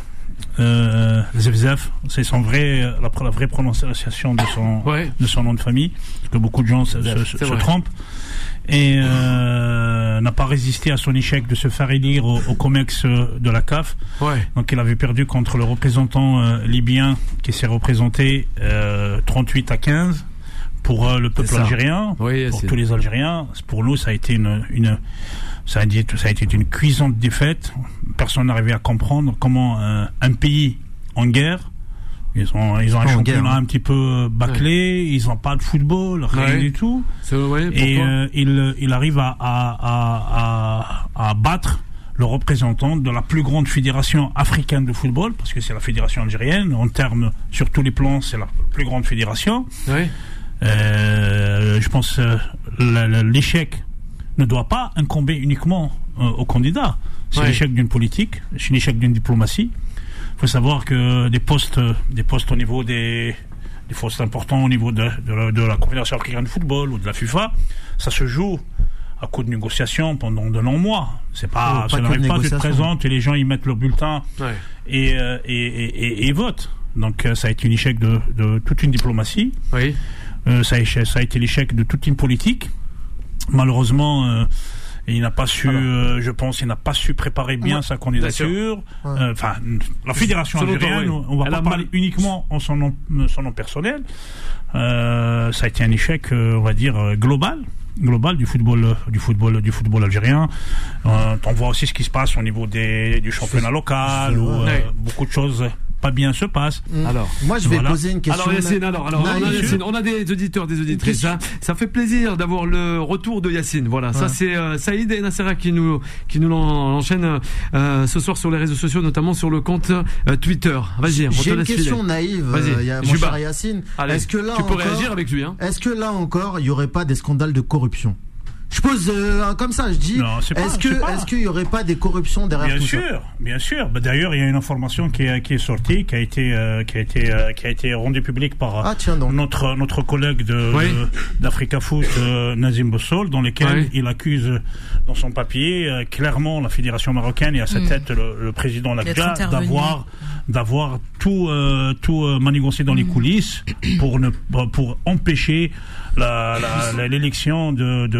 Speaker 6: Euh, Zefzef, c'est son vrai, la, la vraie prononciation de son,
Speaker 2: ouais.
Speaker 6: de son nom de famille, parce que beaucoup de gens se, se, se trompent, et euh, n'a pas résisté à son échec de se faire élire au, au COMEX de la C A F.
Speaker 2: Ouais.
Speaker 6: Donc il avait perdu contre le représentant euh, libyen qui s'est représenté euh, trente-huit à quinze pour euh, le peuple algérien,
Speaker 2: oui,
Speaker 6: pour tous les Algériens. Pour nous, ça a été une, une ça a, dit, ça a été une cuisante défaite. Personne n'arrivait à comprendre comment euh, un pays en guerre, ils ont, ils ont un championnat guerre, hein. un petit peu bâclé, ouais. ils n'ont pas de football, rien ouais. du tout.
Speaker 2: C'est, ouais,
Speaker 6: et euh, il, il arrive à, à, à, à, à battre le représentant de la plus grande fédération africaine de football, parce que c'est la fédération algérienne, en termes, sur tous les plans, c'est la plus grande fédération.
Speaker 2: Ouais.
Speaker 6: Euh, je pense euh, la, la, l'échec ne doit pas incomber uniquement euh, aux candidats. C'est ouais. l'échec d'une politique, c'est l'échec d'une diplomatie. Il faut savoir que des postes, des postes au niveau des, des postes importants au niveau de, de, la, de la Confédération africaine de football ou de la FIFA, ça se joue à coup de négociations pendant de longs mois. C'est pas, oh, ça n'arrive pas, tu te présentes et les gens ils mettent leur bulletin
Speaker 2: ouais.
Speaker 6: et, euh, et, et, et, et votent. Donc euh, ça a été un échec de, de toute une diplomatie.
Speaker 2: Oui.
Speaker 6: Euh, ça, a, ça a été l'échec de toute une politique. Malheureusement, euh, il n'a pas su, euh, je pense, il n'a pas su préparer bien ouais. sa candidature. Enfin, ouais. euh, la fédération Selon algérienne, toi, oui. on va Elle pas parler mal... uniquement en son nom, son nom personnel. Euh, ça a été un échec, euh, on va dire, euh, global. global du football du football du football algérien. Euh, on voit aussi ce qui se passe au niveau des du championnat local où euh, ouais. beaucoup de choses pas bien se passent.
Speaker 4: Alors, moi je vais
Speaker 6: voilà.
Speaker 4: poser une question.
Speaker 2: Alors Yacine, alors, alors on, a, Yacine, on a des auditeurs, des auditrices. Hein. Ça fait plaisir d'avoir le retour de Yacine. Voilà, ouais. ça c'est euh, Saïd et Nassera qui nous qui nous l'enchaînent euh, ce soir sur les réseaux sociaux, notamment sur le compte euh, Twitter. Vas-y, on
Speaker 4: J'ai
Speaker 2: te
Speaker 4: une
Speaker 2: laisse
Speaker 4: question
Speaker 2: filer.
Speaker 4: naïve. Euh, y a mon cher Yacine.
Speaker 2: Allez, est-ce que là tu
Speaker 4: encore,
Speaker 2: peux réagir avec lui hein.
Speaker 4: Est-ce que là encore, il y aurait pas des scandales de corruption? Je pose euh, comme ça, je dis.
Speaker 6: Non, c'est pas,
Speaker 4: est-ce que,
Speaker 6: c'est
Speaker 4: est-ce qu'il y aurait pas des corruptions derrière
Speaker 6: bien
Speaker 4: tout
Speaker 6: sûr,
Speaker 4: ça?
Speaker 6: Bien sûr, bah, d'ailleurs, il y a une information qui est, qui est sortie, qui a été, euh, qui a été, euh, qui a été rendue publique par
Speaker 4: ah, tiens donc.
Speaker 6: notre notre collègue de, oui. de d'Africa Foot, euh, Nazim Bossol, dans lequel oui. il accuse dans son papier euh, clairement la fédération marocaine et à sa mmh. tête le, le président Lakja d'avoir d'avoir tout euh, tout euh, manigancé dans mmh. les coulisses pour ne pour empêcher la, la, la l'élection de, de de l'Algérie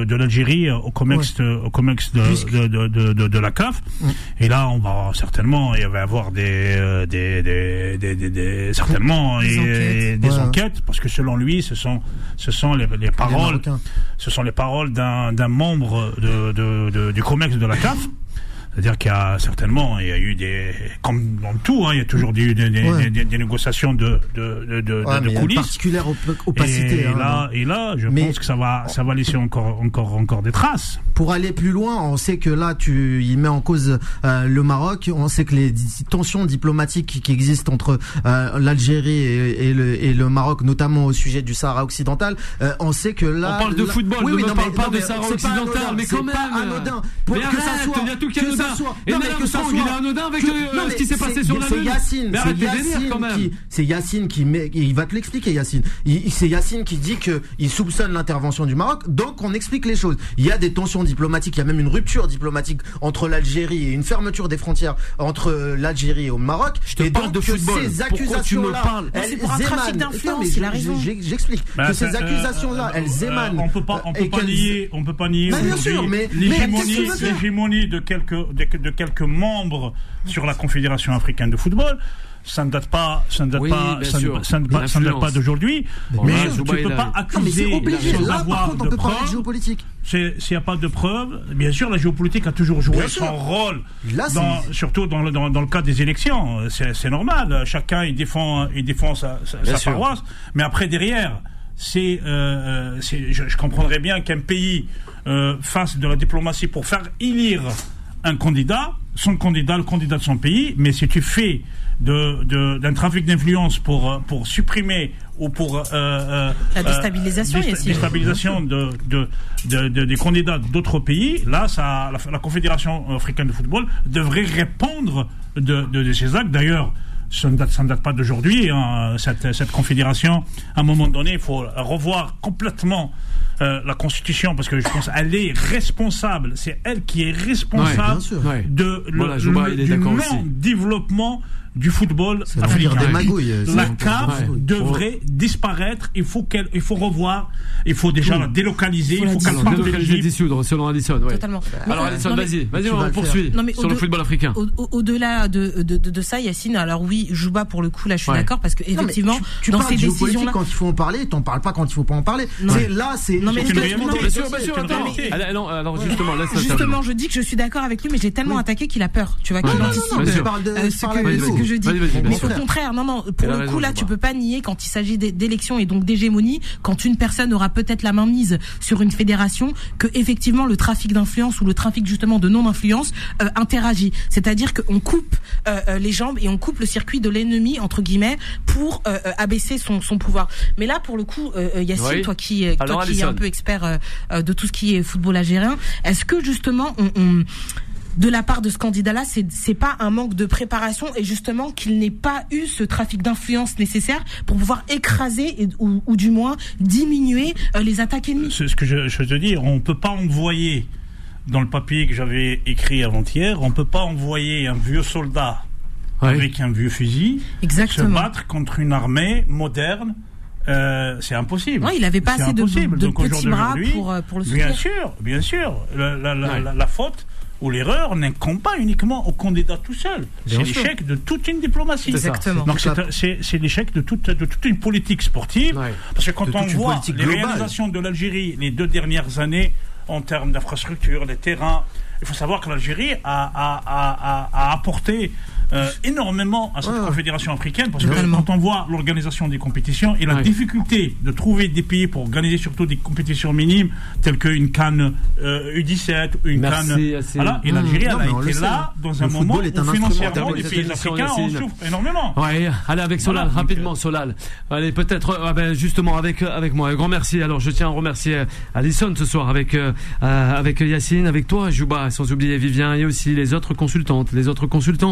Speaker 6: l'Algérie au Comex, ouais. au Comex de, de, de, de, de, de la C A F. Ouais. Et là, on va certainement, il va y avoir des, des, des, des, des, des certainement des, et, enquêtes, des ouais. enquêtes, parce que selon lui, ce sont, ce sont les, les paroles, les ce sont les paroles d'un, d'un membre de, de, de, du Comex de la C A F. C'est-à-dire qu'il y a certainement, il y a eu des, comme dans tout, hein, il y a toujours des, des, ouais. des, des, des négociations de, de, de,
Speaker 4: ouais,
Speaker 6: de, de coulisses. Il y a une
Speaker 4: particulière opacité.
Speaker 6: Et
Speaker 4: hein,
Speaker 6: là, et là, je mais pense que ça va, ça va laisser encore, encore, encore des traces.
Speaker 4: Pour aller plus loin, on sait que là, tu, il met en cause euh, le Maroc. On sait que les tensions diplomatiques qui existent entre euh, l'Algérie et, et, le, et le Maroc, notamment au sujet du Sahara occidental, euh, on sait que là.
Speaker 2: On parle de
Speaker 4: là,
Speaker 2: football,
Speaker 4: oui,
Speaker 2: ne
Speaker 4: oui,
Speaker 2: me
Speaker 4: non,
Speaker 2: parle
Speaker 4: mais,
Speaker 2: pas
Speaker 4: non,
Speaker 2: de
Speaker 4: mais
Speaker 2: Sahara
Speaker 4: occidental,
Speaker 2: mais quand même.
Speaker 4: Pas anodin. Pour
Speaker 2: mais
Speaker 4: que
Speaker 2: arrête,
Speaker 4: ça soit,
Speaker 2: il y a tout qui est
Speaker 4: que
Speaker 2: anodin.
Speaker 4: ça soit,
Speaker 2: Et
Speaker 4: non,
Speaker 2: même
Speaker 4: mais que ça
Speaker 2: Armstrong,
Speaker 4: soit,
Speaker 2: il est anodin avec
Speaker 4: que,
Speaker 2: le,
Speaker 4: non,
Speaker 2: ce qui s'est passé sur la
Speaker 4: C'est
Speaker 2: Lune.
Speaker 4: Yacine,
Speaker 2: mais arrête
Speaker 4: c'est
Speaker 2: tes délires quand même.
Speaker 4: Qui, c'est Yacine qui met, il va te l'expliquer Yacine. Il, c'est Yacine qui dit que il soupçonne l'intervention du Maroc, donc on explique les choses. Il y a des tensions diplomatiques, il y a même une rupture diplomatique entre l'Algérie et une fermeture des frontières entre l'Algérie et le Maroc.
Speaker 2: Je te
Speaker 4: et
Speaker 2: parle
Speaker 4: donc
Speaker 2: de football.
Speaker 4: Ces accusations-là,
Speaker 3: c'est pour un trafic d'influence, il a raison.
Speaker 4: J'explique que ces accusations-là, elles émanent.
Speaker 6: On peut pas, on peut pas nier, on peut pas nier l'hégémonie, l'hégémonie de quelques, de quelques membres sur la Confédération africaine de football. Ça ne date pas, ça ne date
Speaker 2: oui,
Speaker 6: pas, ça ne, ça ne, ça ne date pas d'aujourd'hui.
Speaker 2: Bon,
Speaker 6: mais
Speaker 2: là,
Speaker 6: tu ne peux pas accuser sans avoir de preuves.
Speaker 4: Géopolitique.
Speaker 6: C'est, s'il n'y a pas de preuves, bien sûr, la géopolitique a toujours joué bien son sûr. rôle. Là, dans, surtout dans le, dans, dans le cadre des élections. C'est, c'est normal. Chacun, il défend, il défend sa, sa, sa paroisse. Mais après, derrière, c'est, euh, c'est, je, je comprendrais bien qu'un pays euh, fasse de la diplomatie pour faire élire un candidat, son candidat, le candidat de son pays, mais si tu fais de, de, d'un trafic d'influence pour, pour supprimer ou pour euh, euh,
Speaker 3: la déstabilisation,
Speaker 6: euh, désta- déstabilisation de, de, de, de, des candidats d'autres pays, là, ça, la, la Confédération africaine de football devrait répondre de, de, de ces actes. D'ailleurs, ça ne date, ça ne date pas d'aujourd'hui, hein, cette, cette confédération. À un moment donné, il faut revoir complètement euh, la Constitution, parce que je pense qu'elle est responsable, c'est elle qui est responsable
Speaker 2: ouais,
Speaker 6: de le,
Speaker 2: voilà, Jouba,
Speaker 6: le, du non-développement du football
Speaker 4: c'est
Speaker 6: africain.
Speaker 4: Des magouilles,
Speaker 6: la C A F ouais. devrait oh. disparaître. Il faut qu'elle, il faut revoir. Il faut déjà mmh. la délocaliser. Il faut, il faut qu'elle parte de l'Égypte.
Speaker 2: Dissoudre, selon Addison. Ouais.
Speaker 3: Totalement.
Speaker 2: Alors Addison, euh, vas-y, vas-y, on poursuit non, sur le football africain.
Speaker 3: Au, au, au-delà de, de, de, de ça, Yacine. Alors oui, Jouba pour le coup, là, je suis ouais. d'accord parce que effectivement,
Speaker 4: tu, tu
Speaker 3: dans
Speaker 4: parles
Speaker 3: ces
Speaker 4: de
Speaker 3: décisions-là,
Speaker 4: quand il faut en parler, t'en parles pas quand il faut pas en parler. C'est là, c'est.
Speaker 3: Non mais
Speaker 6: bien
Speaker 2: sûr, bien sûr. Non, alors justement, laisse.
Speaker 3: Justement, je dis que je suis d'accord avec lui, mais j'ai tellement attaqué qu'il a peur. Tu vois, qu'il anticipe.
Speaker 4: Je parle de
Speaker 3: ce que je dis. Au contraire, non, non. Pour le coup, là, tu peux pas nier quand il s'agit d'élections et donc d'hégémonie, quand une personne aura peut-être la main mise sur une fédération, que effectivement le trafic d'influence ou le trafic justement de non-influence euh, interagit. C'est-à-dire qu'on coupe euh, les jambes et on coupe le circuit de l'ennemi entre guillemets pour euh, abaisser son, son pouvoir. Mais là, pour le coup, euh, Yacine, oui. toi qui, Alors, toi qui es un peu expert euh, de tout ce qui est football algérien, est-ce que justement on, on de la part de ce candidat-là, c'est, c'est pas un manque de préparation et justement qu'il n'ait pas eu ce trafic d'influence nécessaire pour pouvoir écraser et, ou, ou du moins diminuer euh, les attaques ennemies.
Speaker 6: C'est ce que je, je veux te dire. On peut pas envoyer, dans le papier que j'avais écrit avant-hier, on peut pas envoyer un vieux soldat oui. avec un vieux fusil
Speaker 3: Exactement.
Speaker 6: se battre contre une armée moderne. Euh, c'est impossible.
Speaker 3: Ouais, il avait pas
Speaker 6: c'est
Speaker 3: assez
Speaker 6: impossible.
Speaker 3: de, de
Speaker 6: Donc,
Speaker 3: petits bras pour, pour le soutenir.
Speaker 6: Bien sûr, bien sûr. La, la, la, ouais. la, la faute ou l'erreur n'incombe pas uniquement au candidat tout seul. Bien c'est sûr. L'échec de toute une diplomatie.
Speaker 3: Exactement.
Speaker 6: Donc c'est, c'est, c'est l'échec de toute, de toute une politique sportive. Ouais. Parce que quand de on voit les globale. réalisations de l'Algérie les deux dernières années en termes d'infrastructures, des terrains, il faut savoir que l'Algérie a, a, a, a, a apporté euh, énormément à cette ouais. confédération africaine, parce que Totalement. quand on voit l'organisation des compétitions et la ouais. difficulté de trouver des pays pour organiser surtout des compétitions minimes telles qu'une CAN euh, U dix-sept ou une CAN voilà, et l'Algérie mmh. elle a été là dans un moment où financièrement les pays africains en souffrent énormément.
Speaker 2: Ouais, allez avec Solal, voilà, rapidement donc, Solal. Allez peut-être ah ben, justement avec avec moi un grand merci. Alors je tiens à remercier Addison ce soir avec euh, avec Yacine, avec toi Jouba, sans oublier Vivien et aussi les autres consultantes, les autres consultants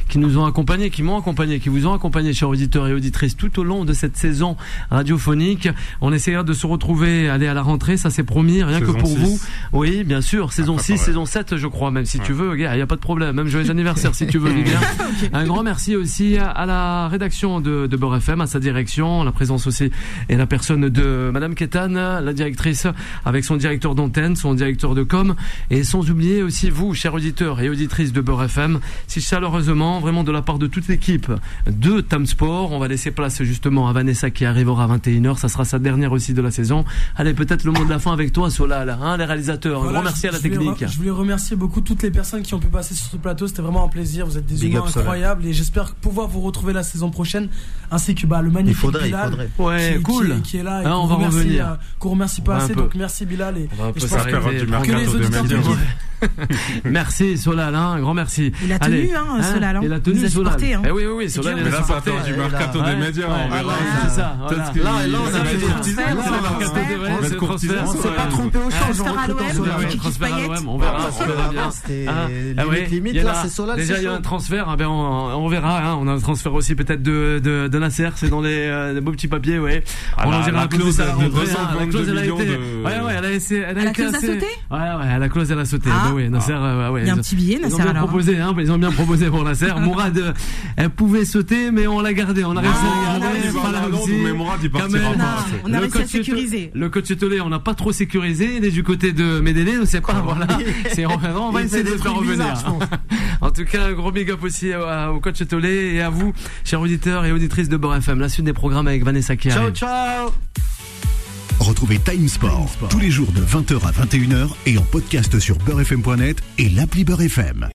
Speaker 2: qui nous ont accompagnés, qui m'ont accompagné, qui vous ont accompagné, chers auditeurs et auditrices, tout au long de cette saison radiophonique. On essaiera de se retrouver, aller à la rentrée, ça c'est promis, rien saison que pour six. Vous. Oui, bien sûr, saison ah, six, saison sept, je crois, même si ouais. tu veux, il n'y a pas de problème, même joyeux anniversaire si tu veux, Vivien. Okay. Un grand merci aussi à la rédaction de, de Beurre F M, à sa direction, la présence aussi et la personne de Madame Kétane, la directrice, avec son directeur d'antenne, son directeur de com, et sans oublier aussi vous, chers auditeurs et auditrices de Beurre F M, si chaleureusement, vraiment de la part de toute l'équipe de Tam Sport, on va laisser place justement à Vanessa qui arrivera à vingt et une heures, ça sera sa dernière aussi de la saison. Allez, peut-être le mot de la fin avec toi, Solal, hein, les réalisateurs. Voilà, un grand merci je, à la technique.
Speaker 7: Re, je voulais remercier beaucoup toutes les personnes qui ont pu passer sur ce plateau, c'était vraiment un plaisir, vous êtes des humains incroyables et j'espère pouvoir vous retrouver la saison prochaine, ainsi que bah, le magnifique il faudrait, Bilal, il faudrait.
Speaker 2: Ouais,
Speaker 7: qui,
Speaker 2: cool.
Speaker 7: qui, qui est là et
Speaker 2: ah, on va
Speaker 7: remercie,
Speaker 2: revenir.
Speaker 7: Euh, qu'on remercie pas assez, donc merci Bilal et,
Speaker 2: et je
Speaker 7: pense
Speaker 2: que,
Speaker 7: que les auditeurs te
Speaker 2: merci Solal, hein, un grand merci.
Speaker 3: Il a tenu, Allez, hein, Solal. Hein.
Speaker 2: Il a tenu Solal.
Speaker 3: Hein.
Speaker 2: Eh oui, oui, oui, Solal.
Speaker 5: Mais là, ça attend du mercato des médias.
Speaker 2: C'est ça.
Speaker 4: Là, là, on a fait
Speaker 2: des transferts.
Speaker 4: On s'est pas trompé au change.
Speaker 2: Transfert à l'O M, on verra.
Speaker 4: On verra bien. C'était limite, là, c'est Solal.
Speaker 2: Déjà, il y a un transfert. On verra. On a un transfert aussi peut-être de Nasser. C'est dans les beaux petits papiers, ouais.
Speaker 5: On en dira la clause de
Speaker 2: La clause, elle a été. Ouais, ouais, elle a essayé.
Speaker 3: La clause a sauté.
Speaker 2: Ouais, ouais, la clause, elle a sauté. Bah oui, Nasser.
Speaker 3: Il y a un petit billet, Nasser.
Speaker 2: Ils ont bien proposé, hein. Ils ont bien proposé pour Nasser. Mourad, elle pouvait sauter, mais on l'a gardée. On a réussi à la garder.
Speaker 5: Mais Mourad, il partira pas.
Speaker 3: On a réussi à sécuriser.
Speaker 2: Le coach Tolé, on n'a pas trop sécurisé. Il est du côté de Medellin, on ne sait pas. Voilà. C'est on va essayer de le faire revenir. En tout cas, un gros big up aussi au coach Tolé et à vous, chers auditeurs et auditrices de Beurre F M. La suite des programmes avec Vanessa qui arrive.
Speaker 4: Ciao, ciao.
Speaker 1: Retrouvez Time Sport tous les jours de vingt heures à vingt et une heures et en podcast sur beurre f m point net et l'appli Beurre F M.